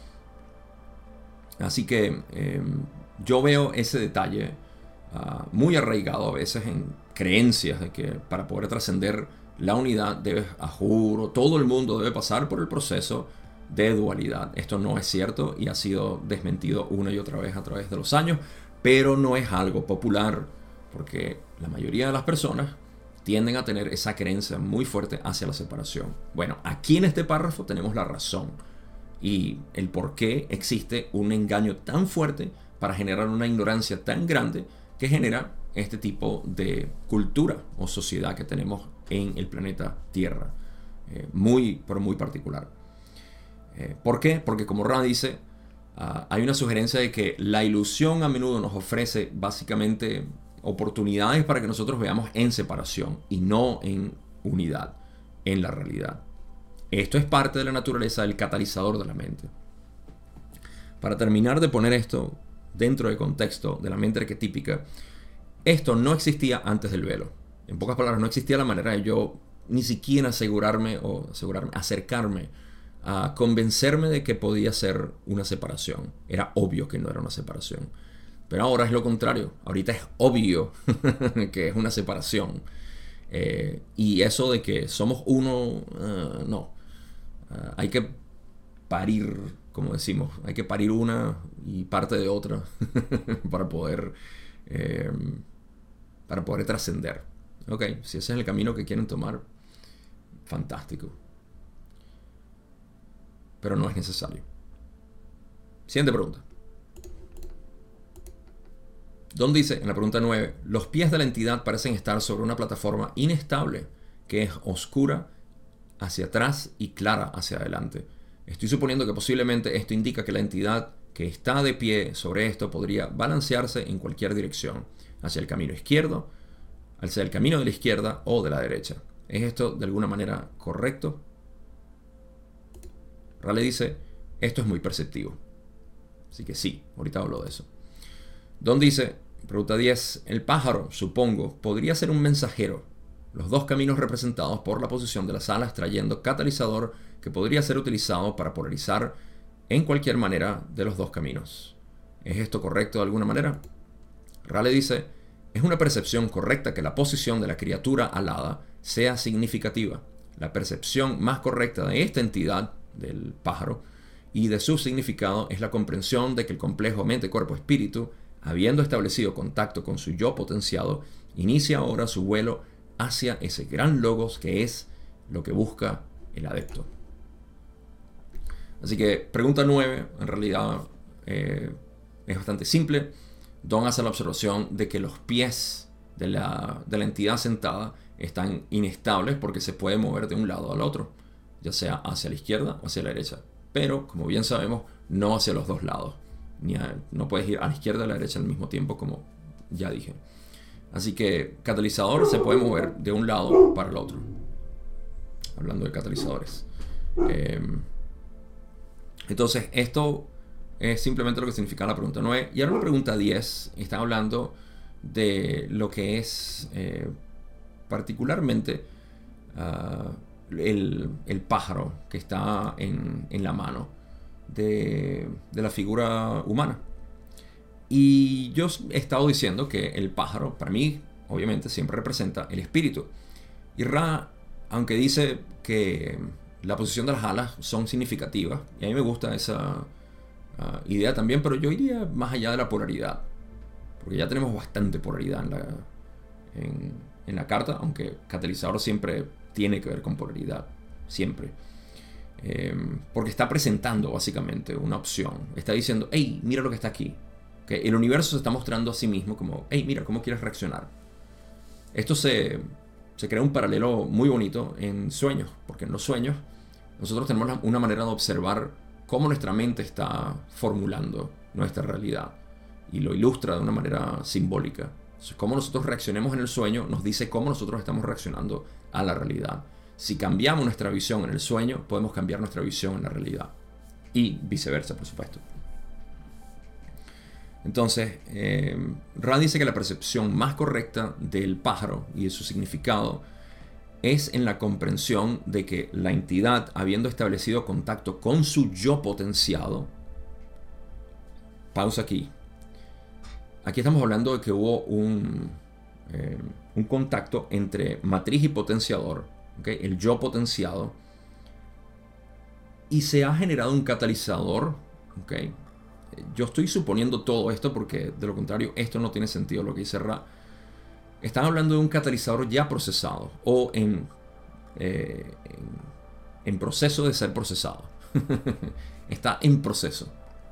Así que eh, yo veo ese detalle uh, muy arraigado a veces en creencias de que para poder trascender la unidad debes, a juro, todo el mundo debe pasar por el proceso de dualidad. Esto no es cierto y ha sido desmentido una y otra vez a través de los años, pero no es algo popular porque la mayoría de las personas tienden a tener esa creencia muy fuerte hacia la separación. Bueno, aquí en este párrafo tenemos la razón. y el por qué existe un engaño tan fuerte para generar una ignorancia tan grande que genera este tipo de cultura o sociedad que tenemos en el planeta Tierra. Eh, muy, pero muy particular. Eh, ¿Por qué? Porque como Ra dice, uh, hay una sugerencia de que la ilusión a menudo nos ofrece básicamente oportunidades para que nosotros veamos en separación y no en unidad, en la realidad. Esto es parte de la naturaleza del catalizador de la mente. Para terminar de poner esto dentro del contexto de la mente arquetípica, esto no existía antes del velo. En pocas palabras, no existía la manera de yo ni siquiera asegurarme o asegurarme, acercarme a convencerme de que podía ser una separación. Era obvio que no era una separación. Pero ahora es lo contrario. Ahorita es obvio que es una separación. Eh, y eso de que somos uno, uh, no. Uh, hay que parir, como decimos, hay que parir una y parte de otra para poder, eh, para poder trascender. Ok, si ese es el camino que quieren tomar, fantástico. Pero no es necesario. Siguiente pregunta. Don dice, en la pregunta nueve, los pies de la entidad parecen estar sobre una plataforma inestable que es oscura hacia atrás y clara hacia adelante. Estoy suponiendo que posiblemente esto indica que la entidad que está de pie sobre esto podría balancearse en cualquier dirección, hacia el camino izquierdo, hacia el camino de la izquierda o de la derecha. ¿Es esto de alguna manera correcto? Rale dice, esto es muy perceptivo. Así que sí, ahorita hablo de eso. Don dice, pregunta diez, el pájaro, supongo, podría ser un mensajero. Los dos caminos representados por la posición de las alas trayendo catalizador que podría ser utilizado para polarizar en cualquier manera de los dos caminos. ¿Es esto correcto de alguna manera? Rale dice, es una percepción correcta que la posición de la criatura alada sea significativa. La percepción más correcta de esta entidad, del pájaro, y de su significado es la comprensión de que el complejo mente-cuerpo-espíritu, habiendo establecido contacto con su yo potenciado, inicia ahora su vuelo hacia ese gran logos que es lo que busca el adepto. Así que pregunta nueve, en realidad eh, es bastante simple. Don hace la observación de que los pies de la, de la entidad sentada están inestables porque se puede mover de un lado al otro, ya sea hacia la izquierda o hacia la derecha. Pero, como bien sabemos, no hacia los dos lados. Ni a, no puedes ir a la izquierda y a la derecha al mismo tiempo, como ya dije. Así que catalizador se puede mover de un lado para el otro. Hablando de catalizadores. Eh, entonces, esto es simplemente lo que significa la pregunta nueve. Y ahora la pregunta diez está hablando de lo que es eh, particularmente uh, el, el pájaro que está en, en la mano de, de la figura humana. Y yo he estado diciendo que el pájaro, para mí, obviamente, siempre representa el espíritu. Y Ra, aunque dice que la posición de las alas son significativas, y a mí me gusta esa uh, idea también, pero yo iría más allá de la polaridad. Porque ya tenemos bastante polaridad en la, en, en la carta, aunque catalizador siempre tiene que ver con polaridad, siempre. Eh, porque está presentando básicamente una opción. Está diciendo, hey, mira lo que está aquí. Que el universo se está mostrando a sí mismo como, hey, mira, ¿cómo quieres reaccionar? Esto se, se crea un paralelo muy bonito en sueños, porque en los sueños nosotros tenemos una manera de observar cómo nuestra mente está formulando nuestra realidad y lo ilustra de una manera simbólica. Entonces, cómo nosotros reaccionemos en el sueño nos dice cómo nosotros estamos reaccionando a la realidad. Si cambiamos nuestra visión en el sueño, podemos cambiar nuestra visión en la realidad. Y viceversa, por supuesto. Entonces, eh, Ra dice que la percepción más correcta del pájaro y de su significado es en la comprensión de que la entidad, habiendo establecido contacto con su yo potenciado, pausa aquí. Aquí estamos hablando de que hubo un, eh, un contacto entre matriz y potenciador, ¿okay? El yo potenciado, y se ha generado un catalizador, ¿okay? Yo estoy suponiendo todo esto porque de lo contrario esto no tiene sentido lo que dice Ra. Están hablando de un catalizador ya procesado o en, eh, en, en proceso de ser procesado. Está en proceso.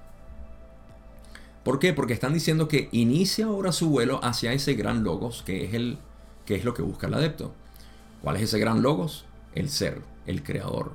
¿Por qué? Porque están diciendo que inicia ahora su vuelo hacia ese gran logos, que es, el, que es lo que busca el adepto. ¿Cuál es ese gran logos? El ser, el creador.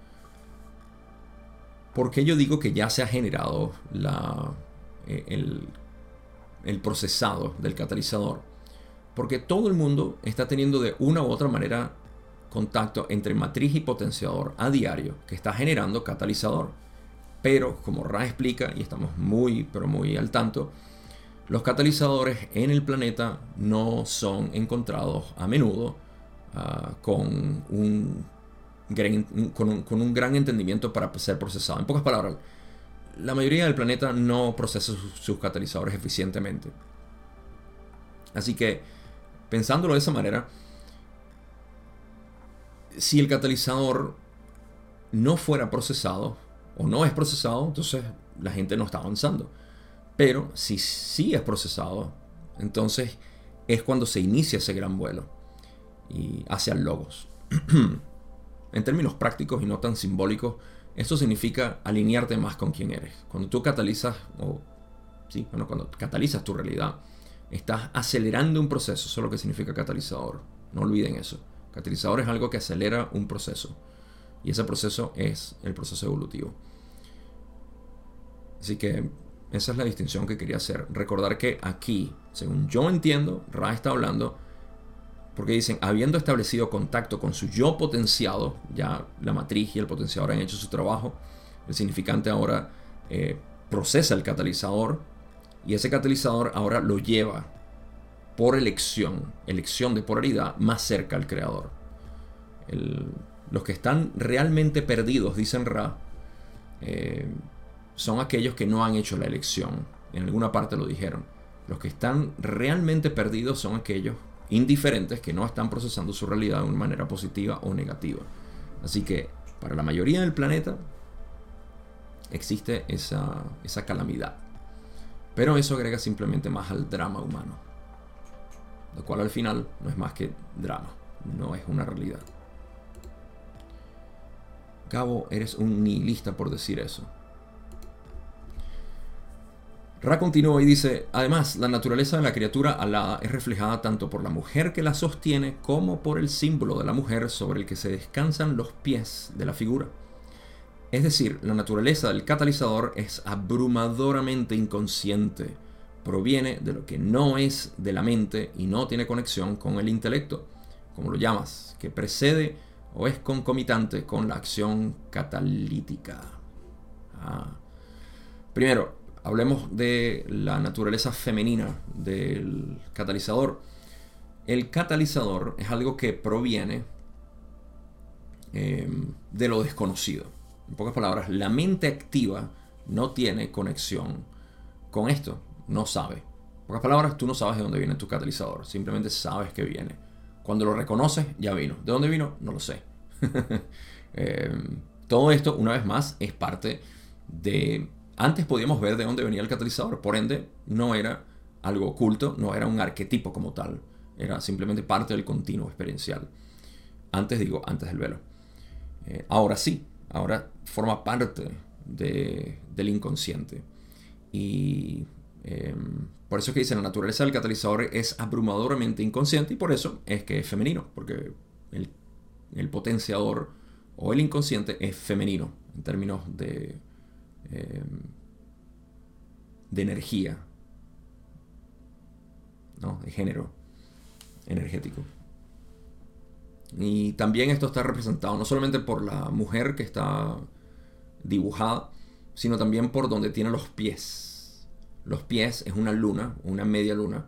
¿Por qué yo digo que ya se ha generado la, el, el procesado del catalizador? Porque todo el mundo está teniendo de una u otra manera contacto entre matriz y potenciador a diario, que está generando catalizador. Pero, como Ra explica, y estamos muy, pero muy al tanto, los catalizadores en el planeta no son encontrados a menudo uh, con, un gran, con, un, con un gran entendimiento para ser procesado. En pocas palabras, la mayoría del planeta no procesa sus, sus catalizadores eficientemente. Así que, pensándolo de esa manera, si el catalizador no fuera procesado, o no es procesado, entonces la gente no está avanzando. Pero si sí es procesado, entonces es cuando se inicia ese gran vuelo y hacia el logos. En términos prácticos y no tan simbólicos, esto significa alinearte más con quien eres. Cuando tú catalizas, o sí, bueno, cuando catalizas tu realidad, estás acelerando un proceso. Eso es lo que significa catalizador. No olviden eso. Catalizador es algo que acelera un proceso. Y ese proceso es el proceso evolutivo. Así que esa es la distinción que quería hacer. Recordar que aquí, según yo entiendo, Ra está hablando, porque dicen, habiendo establecido contacto con su yo potenciado, ya la matriz y el potenciador han hecho su trabajo, el significante ahora eh, procesa el catalizador, y ese catalizador ahora lo lleva por elección, elección de polaridad, más cerca al creador. El... Los que están realmente perdidos, dicen Ra, eh, son aquellos que no han hecho la elección. En alguna parte lo dijeron. Los que están realmente perdidos son aquellos indiferentes que no están procesando su realidad de una manera positiva o negativa. Así que para la mayoría del planeta existe esa, esa calamidad. Pero eso agrega simplemente más al drama humano. Lo cual al final no es más que drama. No es una realidad. Gabo, eres un nihilista por decir eso. Ra continúa y dice, además, la naturaleza de la criatura alada es reflejada tanto por la mujer que la sostiene como por el símbolo de la mujer sobre el que se descansan los pies de la figura. Es decir, la naturaleza del catalizador es abrumadoramente inconsciente. Proviene de lo que no es de la mente y no tiene conexión con el intelecto, como lo llamas, que precede o es concomitante con la acción catalítica. Ah. Primero, hablemos de la naturaleza femenina del catalizador. El catalizador es algo que proviene eh, de lo desconocido. En pocas palabras, la mente activa no tiene conexión con esto, no sabe. En pocas palabras, tú no sabes de dónde viene tu catalizador, simplemente sabes que viene. Cuando lo reconoces, ya vino. ¿De dónde vino? No lo sé. eh, todo esto, una vez más, es parte de... Antes podíamos ver de dónde venía el catalizador. Por ende, no era algo oculto, no era un arquetipo como tal. Era simplemente parte del continuo experiencial. Antes, digo, antes del velo. Eh, ahora sí, ahora forma parte de, del inconsciente. Y... Eh, por eso es que dicen, la naturaleza del catalizador es abrumadoramente inconsciente y por eso es que es femenino, porque el, el potenciador o el inconsciente es femenino en términos de, eh, de energía, ¿no? De género energético. Y también esto está representado no solamente por la mujer que está dibujada, sino también por donde tiene los pies. Los pies es una luna, una media luna,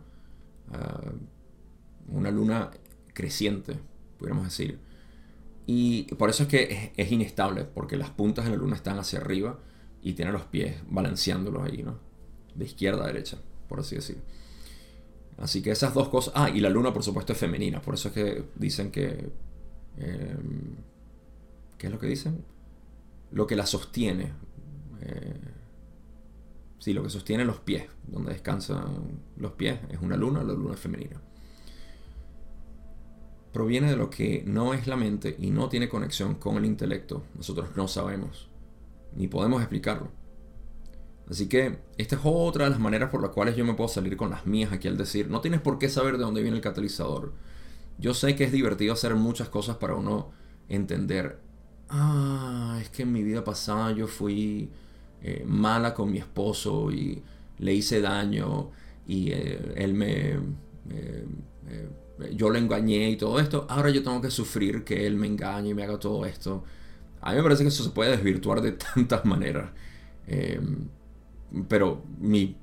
uh, una luna creciente, pudiéramos decir. Y por eso es que es, es inestable, porque las puntas de la luna están hacia arriba y tiene los pies balanceándolos ahí, ¿no? De izquierda a derecha, por así decir. Así que esas dos cosas... Ah, y la luna, por supuesto, es femenina. Por eso es que dicen que... Eh, ¿Qué es lo que dicen? Lo que la sostiene... Eh, Sí, lo que sostiene los pies, donde descansan los pies, es una luna, la luna es femenina. Proviene de lo que no es la mente y no tiene conexión con el intelecto. Nosotros no sabemos ni podemos explicarlo. Así que esta es otra de las maneras por las cuales yo me puedo salir con las mías aquí al decir, no tienes por qué saber de dónde viene el catalizador. Yo sé que es divertido hacer muchas cosas para uno entender, ah, es que en mi vida pasada yo fui eh, mala con mi esposo y le hice daño y eh, él me... Eh, eh, yo lo engañé y todo esto, ahora yo tengo que sufrir que él me engañe y me haga todo esto. A mí me parece que eso se puede desvirtuar de tantas maneras. Eh, pero mi,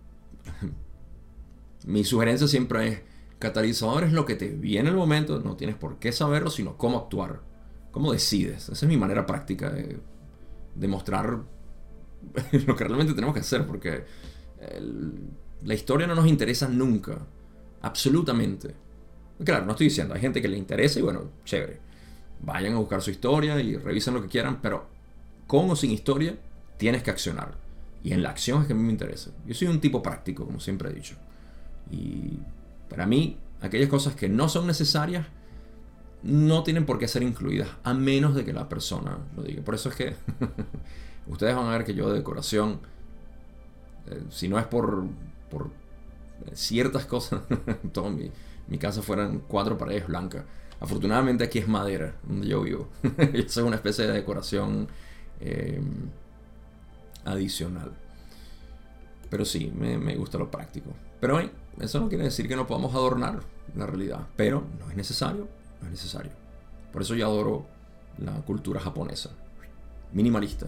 mi sugerencia siempre es, catalizador es lo que te viene en el momento, no tienes por qué saberlo, sino cómo actuar, cómo decides. Esa es mi manera práctica de demostrar lo que realmente tenemos que hacer, porque el, la historia no nos interesa nunca, absolutamente. Claro, no estoy diciendo, hay gente que le interesa y bueno, chévere, vayan a buscar su historia y revisen lo que quieran, pero con o sin historia tienes que accionar. Y en la acción es que a mí me interesa. Yo soy un tipo práctico, como siempre he dicho. Y para mí, aquellas cosas que no son necesarias no tienen por qué ser incluidas, a menos de que la persona lo diga. Por eso es que ustedes van a ver que yo de decoración, eh, si no es por, por ciertas cosas, todo mi, mi casa fueran cuatro paredes blancas. Afortunadamente aquí es madera, donde yo vivo. Eso es una especie de decoración eh, adicional. Pero sí, me, me gusta lo práctico. Pero hey, eso no quiere decir que no podamos adornar la realidad. Pero no es necesario, no es necesario. Por eso yo adoro la cultura japonesa. Minimalista.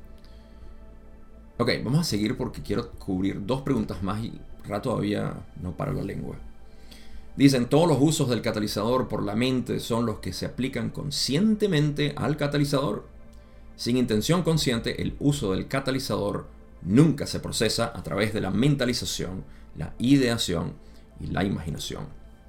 Ok, vamos a seguir porque quiero cubrir dos preguntas más y rato todavía no para la lengua. Dicen, todos los usos del catalizador por la mente son los que se aplican conscientemente al catalizador. Sin intención consciente, el uso del catalizador nunca se procesa a través de la mentalización, la ideación y la imaginación.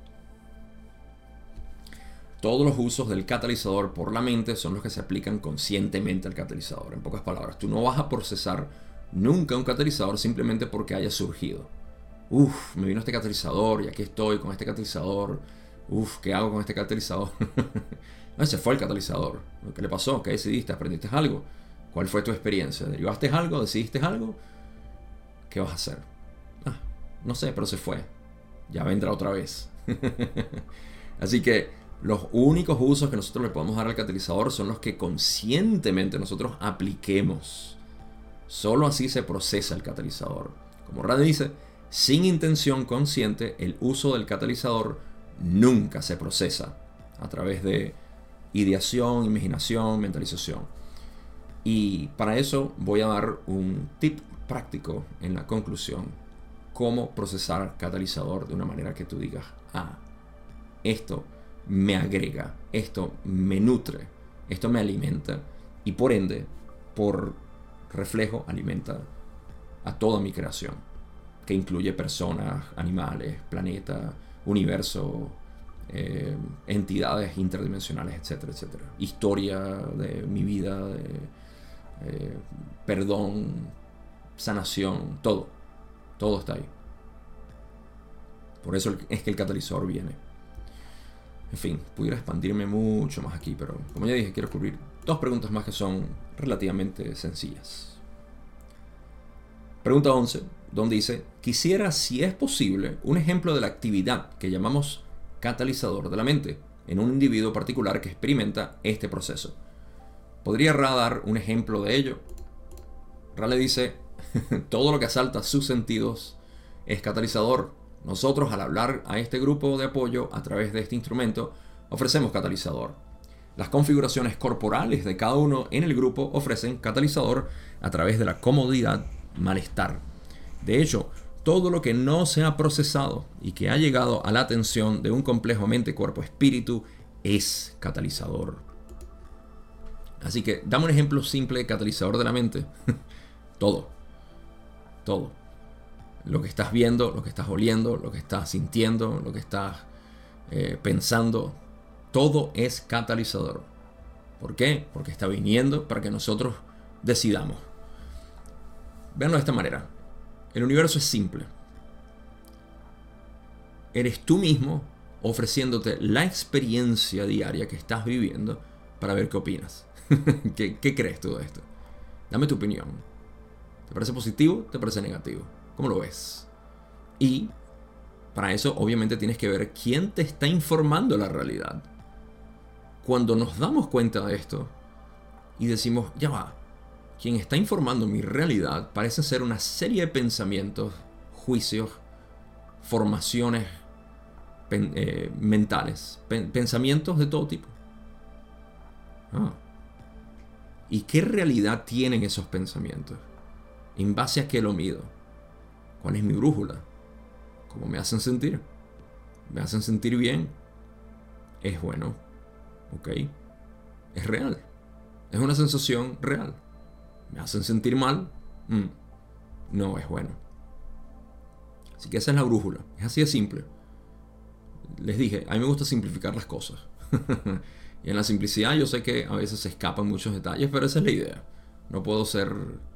Todos los usos del catalizador por la mente son los que se aplican conscientemente al catalizador. En pocas palabras, tú no vas a procesar nunca un catalizador simplemente porque haya surgido. Uf, me vino este catalizador y aquí estoy con este catalizador. Uf, ¿qué hago con este catalizador? No, ese fue el catalizador. ¿Qué le pasó? ¿Qué decidiste? ¿Aprendiste algo? ¿Cuál fue tu experiencia? ¿Derivaste algo? ¿Decidiste algo? ¿Qué vas a hacer? Ah, no sé, pero se fue. Ya vendrá otra vez. Así que los únicos usos que nosotros le podemos dar al catalizador son los que conscientemente nosotros apliquemos. Solo así se procesa el catalizador. Como Rad dice, sin intención consciente, el uso del catalizador nunca se procesa a través de ideación, imaginación, mentalización. Y para eso voy a dar un tip práctico en la conclusión. Cómo procesar catalizador de una manera que tú digas, ah, esto me agrega, esto me nutre, esto me alimenta y por ende, por reflejo, alimenta a toda mi creación, que incluye personas, animales, planeta, universo, Eh, entidades interdimensionales, etcétera, etcétera. Historia de mi vida, de, eh, perdón, sanación, todo. Todo está ahí. Por eso es que el catalizador viene. En fin, pudiera expandirme mucho más aquí, pero como ya dije, quiero cubrir dos preguntas más que son relativamente sencillas. Pregunta once, donde dice, quisiera, si es posible, un ejemplo de la actividad que llamamos catalizador de la mente en un individuo particular que experimenta este proceso. ¿Podría Ra dar un ejemplo de ello? Ra le dice, todo lo que asalta sus sentidos es catalizador. Nosotros, al hablar a este grupo de apoyo a través de este instrumento, ofrecemos catalizador. Las configuraciones corporales de cada uno en el grupo ofrecen catalizador a través de la comodidad, malestar. De hecho, todo lo que no se ha procesado y que ha llegado a la atención de un complejo mente-cuerpo-espíritu es catalizador. Así que, dame un ejemplo simple de catalizador de la mente. Todo. Todo. Lo que estás viendo, lo que estás oliendo, lo que estás sintiendo, lo que estás eh, pensando. Todo es catalizador. ¿Por qué? Porque está viniendo para que nosotros decidamos. Véanlo de esta manera. El universo es simple. Eres tú mismo ofreciéndote la experiencia diaria que estás viviendo para ver qué opinas. ¿Qué, ¿Qué crees tú de esto? Dame tu opinión. ¿Te parece positivo? ¿Te parece negativo? ¿Cómo lo ves? Y para eso obviamente tienes que ver quién te está informando la realidad. Cuando nos damos cuenta de esto y decimos, ya va, quien está informando mi realidad parece ser una serie de pensamientos, juicios, formaciones pen, eh, mentales, pen, pensamientos de todo tipo. Ah. ¿Y qué realidad tienen esos pensamientos? ¿En base a qué lo mido? ¿Cuál es mi brújula? ¿Cómo me hacen sentir? ¿Me hacen sentir bien? ¿Es bueno? ¿Ok? ¿Es real? ¿Es una sensación real? ¿Me hacen sentir mal? Mm, no es bueno. Así que esa es la brújula. Es así de simple. Les dije, a mí me gusta simplificar las cosas. Y en la simplicidad yo sé que a veces se escapan muchos detalles, pero esa es la idea. No puedo ser...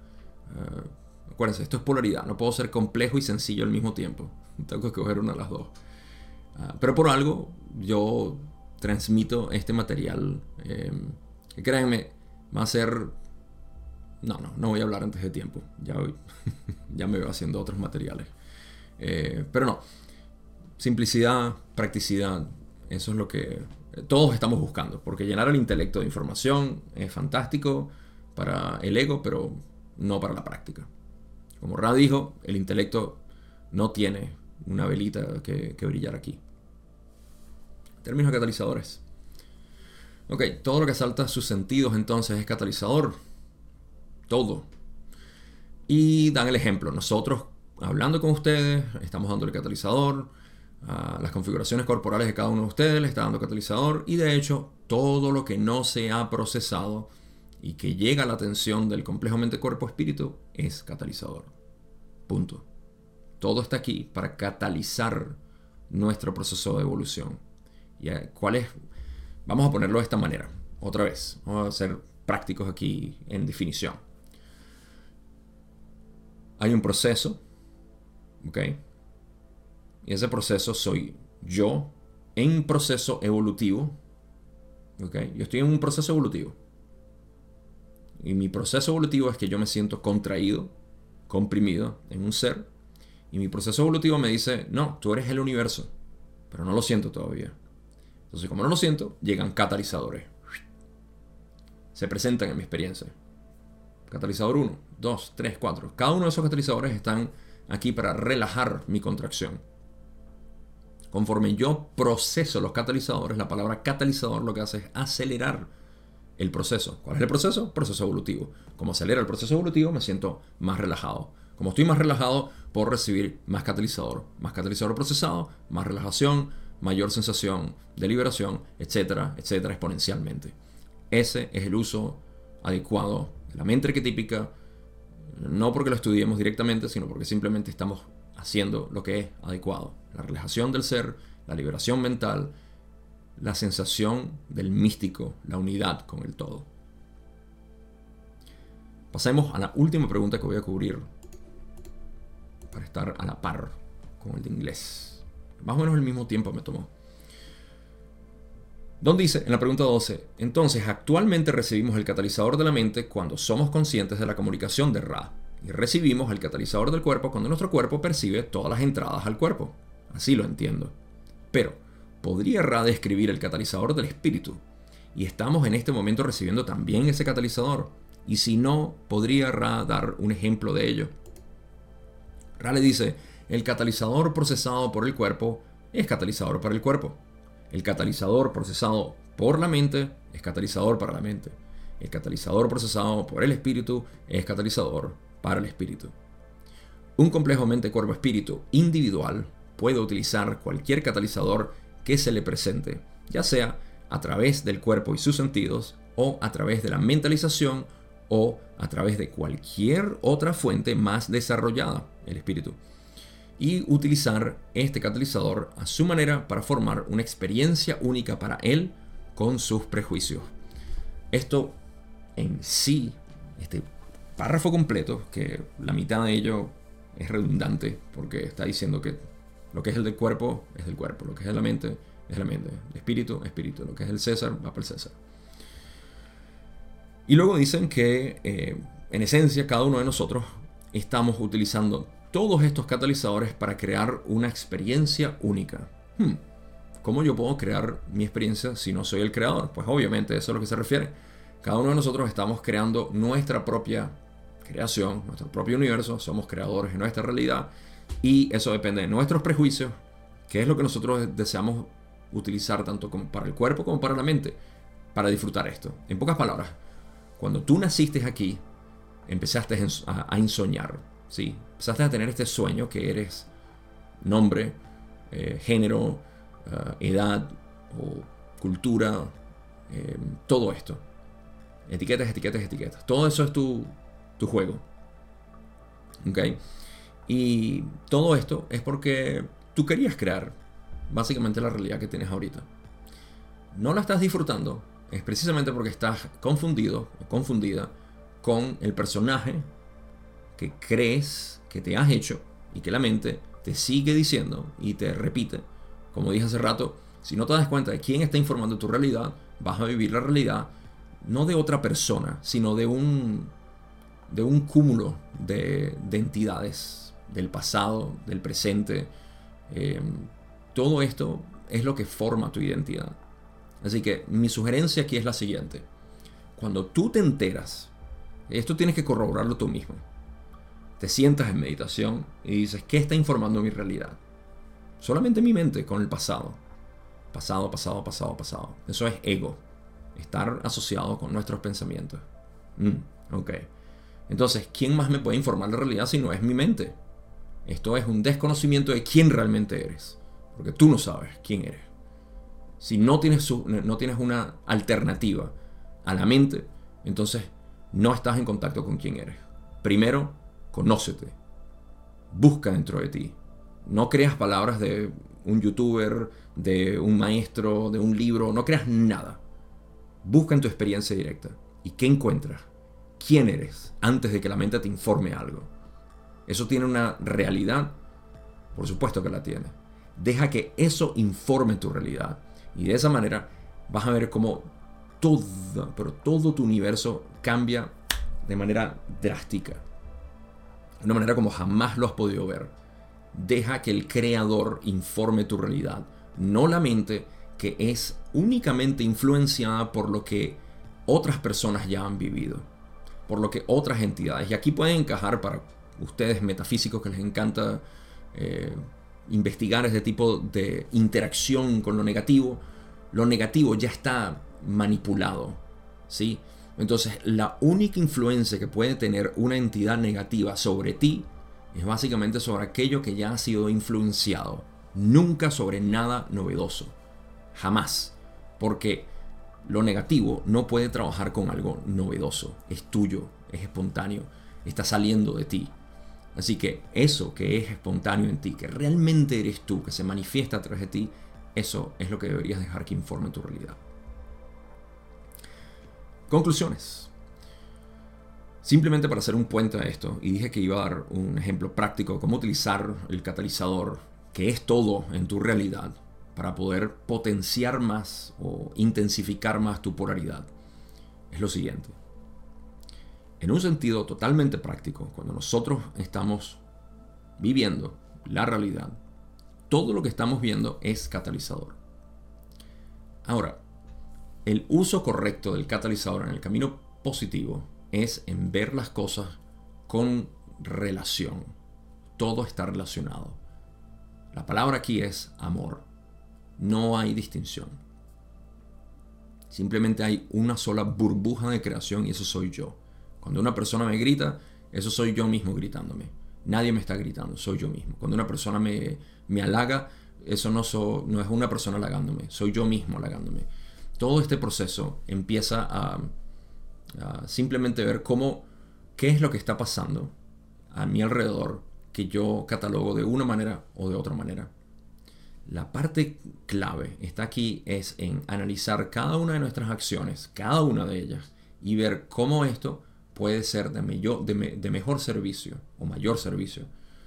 Uh, acuérdense, esto es polaridad. No puedo ser complejo y sencillo al mismo tiempo. Tengo que escoger una de las dos. Uh, pero por algo yo transmito este material. Eh, que créanme, va a ser... No, no, no voy a hablar antes de tiempo. Ya, voy, ya me veo haciendo otros materiales. Eh, pero no. Simplicidad, practicidad. Eso es lo que todos estamos buscando. Porque llenar el intelecto de información es fantástico para el ego, pero no para la práctica. Como Ra dijo, el intelecto no tiene una velita que, que brillar aquí. Términos de catalizadores. Ok, todo lo que salta sus sentidos entonces es catalizador. Todo. Y dan el ejemplo. Nosotros, hablando con ustedes, estamos dando el catalizador. Uh, las configuraciones corporales de cada uno de ustedes le está dando catalizador. Y de hecho, todo lo que no se ha procesado y que llega a la atención del complejo mente, cuerpo, espíritu es catalizador. Punto. Todo está aquí para catalizar nuestro proceso de evolución. ¿Y uh, cuál es? Vamos a ponerlo de esta manera. Otra vez. Vamos a ser prácticos aquí en definición. Hay un proceso, ¿ok? Y ese proceso soy yo en proceso evolutivo, ¿ok? Yo estoy en un proceso evolutivo. Y mi proceso evolutivo es que yo me siento contraído, comprimido en un ser. Y mi proceso evolutivo me dice, no, tú eres el universo. Pero no lo siento todavía. Entonces, como no lo siento, llegan catalizadores. Se presentan en mi experiencia. Catalizador uno, dos, tres, cuatro. Cada uno de esos catalizadores están aquí para relajar mi contracción. Conforme yo proceso los catalizadores, la palabra catalizador lo que hace es acelerar el proceso. ¿Cuál es el proceso? Proceso evolutivo. Como acelera el proceso evolutivo, me siento más relajado. Como estoy más relajado, puedo recibir más catalizador. Más catalizador procesado, más relajación, mayor sensación de liberación, etcétera, etcétera, exponencialmente. Ese es el uso adecuado de la mente arquetípica, no porque lo estudiemos directamente, sino porque simplemente estamos haciendo lo que es adecuado. La relajación del ser, la liberación mental, la sensación del místico, la unidad con el todo. Pasemos a la última pregunta que voy a cubrir para estar a la par con el de inglés. Más o menos el mismo tiempo me tomó. Don dice en la pregunta doce, entonces actualmente recibimos el catalizador de la mente cuando somos conscientes de la comunicación de Ra y recibimos el catalizador del cuerpo cuando nuestro cuerpo percibe todas las entradas al cuerpo. Así lo entiendo. Pero, ¿podría Ra describir el catalizador del espíritu? Y estamos en este momento recibiendo también ese catalizador. Y si no, ¿podría Ra dar un ejemplo de ello? Ra le dice, el catalizador procesado por el cuerpo es catalizador para el cuerpo. El catalizador procesado por la mente es catalizador para la mente. El catalizador procesado por el espíritu es catalizador para el espíritu. Un complejo mente-cuerpo-espíritu individual puede utilizar cualquier catalizador que se le presente, ya sea a través del cuerpo y sus sentidos, o a través de la mentalización, o a través de cualquier otra fuente más desarrollada, el espíritu. Y utilizar este catalizador a su manera para formar una experiencia única para él con sus prejuicios. Esto en sí, este párrafo completo, que la mitad de ello es redundante porque está diciendo que lo que es el del cuerpo es del cuerpo, lo que es de la mente es de la mente, el espíritu, espíritu, lo que es el César va para el César. Y luego dicen que eh, en esencia, cada uno de nosotros estamos utilizando todos estos catalizadores para crear una experiencia única. Hmm, ¿Cómo yo puedo crear mi experiencia si no soy el creador? Pues obviamente eso es a lo que se refiere. Cada uno de nosotros estamos creando nuestra propia creación, nuestro propio universo, somos creadores de nuestra realidad y eso depende de nuestros prejuicios, que es lo que nosotros deseamos utilizar tanto como para el cuerpo como para la mente, para disfrutar esto. En pocas palabras, cuando tú naciste aquí, empezaste a, a ensoñar, ¿sí? Empezaste a tener este sueño que eres nombre, eh, género, uh, edad o cultura, eh, todo esto. Etiquetas, etiquetas, etiquetas. Todo eso es tu, tu juego. ¿Ok? Y todo esto es porque tú querías crear básicamente la realidad que tienes ahorita. No la estás disfrutando, es precisamente porque estás confundido o confundida con el personaje que crees que te has hecho y que la mente te sigue diciendo y te repite. Como dije hace rato, si no te das cuenta de quién está informando tu realidad, vas a vivir la realidad no de otra persona, sino de un, de un cúmulo de, de entidades del pasado, del presente. Eh, todo esto es lo que forma tu identidad. Así que mi sugerencia aquí es la siguiente. Cuando tú te enteras, esto tienes que corroborarlo tú mismo. Te sientas en meditación y dices, ¿qué está informando mi realidad? Solamente mi mente con el pasado. Pasado, pasado, pasado, pasado. Eso es ego. Estar asociado con nuestros pensamientos. Mm, ok. Entonces, ¿quién más me puede informar la realidad si no es mi mente? Esto es un desconocimiento de quién realmente eres. Porque tú no sabes quién eres. Si no tienes, su, no tienes una alternativa a la mente, entonces no estás en contacto con quién eres. Primero, conócete. Busca dentro de ti. No creas palabras de un youtuber, de un maestro, de un libro. No creas nada. Busca en tu experiencia directa. ¿Y qué encuentras? ¿Quién eres? Antes de que la mente te informe algo. ¿Eso tiene una realidad? Por supuesto que la tiene. Deja que eso informe tu realidad. Y de esa manera vas a ver cómo todo, pero todo tu universo cambia de manera drástica. De una manera como jamás lo has podido ver. Deja que el creador informe tu realidad. No la mente, que es únicamente influenciada por lo que otras personas ya han vivido. Por lo que otras entidades. Y aquí pueden encajar para ustedes metafísicos que les encanta eh, investigar este tipo de interacción con lo negativo. Lo negativo ya está manipulado, ¿sí? Entonces, la única influencia que puede tener una entidad negativa sobre ti es básicamente sobre aquello que ya ha sido influenciado. Nunca sobre nada novedoso. Jamás. Porque lo negativo no puede trabajar con algo novedoso. Es tuyo, es espontáneo, está saliendo de ti. Así que eso que es espontáneo en ti, que realmente eres tú, que se manifiesta a través de ti, eso es lo que deberías dejar que informe tu realidad. Conclusiones. Simplemente para hacer un puente a esto, y dije que iba a dar un ejemplo práctico de cómo utilizar el catalizador, que es todo en tu realidad, para poder potenciar más o intensificar más tu polaridad. Es lo siguiente. En un sentido totalmente práctico, cuando nosotros estamos viviendo la realidad, todo lo que estamos viendo es catalizador. Ahora, el uso correcto del catalizador en el camino positivo es en ver las cosas con relación. Todo está relacionado. La palabra aquí es amor. No hay distinción. Simplemente hay una sola burbuja de creación y eso soy yo. Cuando una persona me grita, eso soy yo mismo gritándome. Nadie me está gritando, soy yo mismo. Cuando una persona me, me halaga, eso no, so, no es una persona halagándome, soy yo mismo halagándome. Todo este proceso empieza a, a simplemente ver cómo, qué es lo que está pasando a mi alrededor que yo catalogo de una manera o de otra manera. La parte clave está aquí es en analizar cada una de nuestras acciones, cada una de ellas, y ver cómo esto puede ser de, mayor, de, de mejor servicio o mayor servicio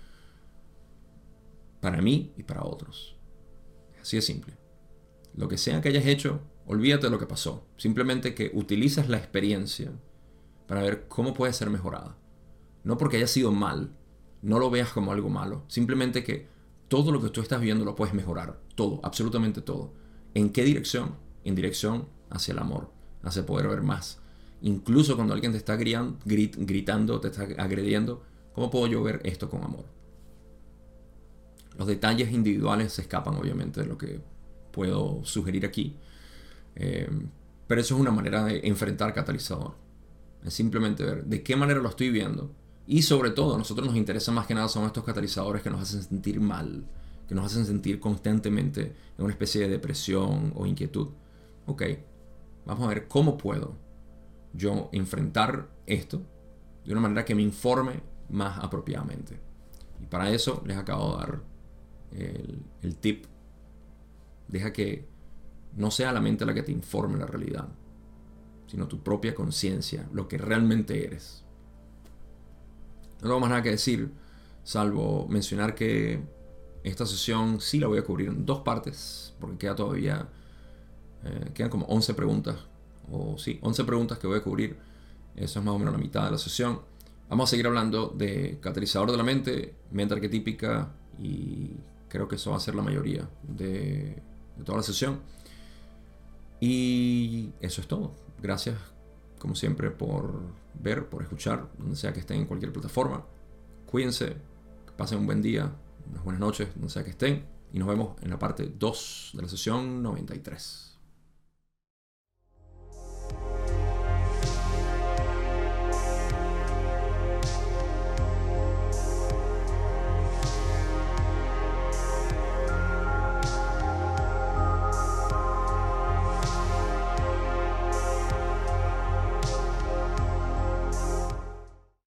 para mí y para otros. Así de simple. Lo que sea que hayas hecho, olvídate de lo que pasó. Simplemente que utilizas la experiencia para ver cómo puede ser mejorada. No porque haya sido mal, no lo veas como algo malo, simplemente que todo lo que tú estás viendo lo puedes mejorar, todo, absolutamente todo. ¿En qué dirección? En dirección hacia el amor, hacia poder ver más. Incluso cuando alguien te está gritando, gritando, te está agrediendo, ¿cómo puedo yo ver esto con amor? Los detalles individuales se escapan obviamente de lo que puedo sugerir aquí. Eh, pero eso es una manera de enfrentar catalizador. Es simplemente ver de qué manera lo estoy viendo. Y sobre todo, a nosotros nos interesa más que nada son estos catalizadores que nos hacen sentir mal, que nos hacen sentir constantemente en una especie de depresión o inquietud. Ok, vamos a ver cómo puedo yo enfrentar esto de una manera que me informe más apropiadamente. Y para eso les acabo de dar el, el tip. Deja que no sea la mente la que te informe la realidad, sino tu propia conciencia, lo que realmente eres. No tengo más nada que decir, salvo mencionar que esta sesión sí la voy a cubrir en dos partes, porque queda todavía, eh, quedan como once preguntas, o sí, once preguntas que voy a cubrir. Eso es más o menos la mitad de la sesión. Vamos a seguir hablando de catalizador de la mente, mente arquetípica, y creo que eso va a ser la mayoría de, de toda la sesión. Y eso es todo. Gracias, como siempre, por ver, por escuchar, donde sea que estén, en cualquier plataforma. Cuídense, que pasen un buen día, unas buenas noches, donde sea que estén. Y nos vemos en la parte dos de la sesión noventa y tres.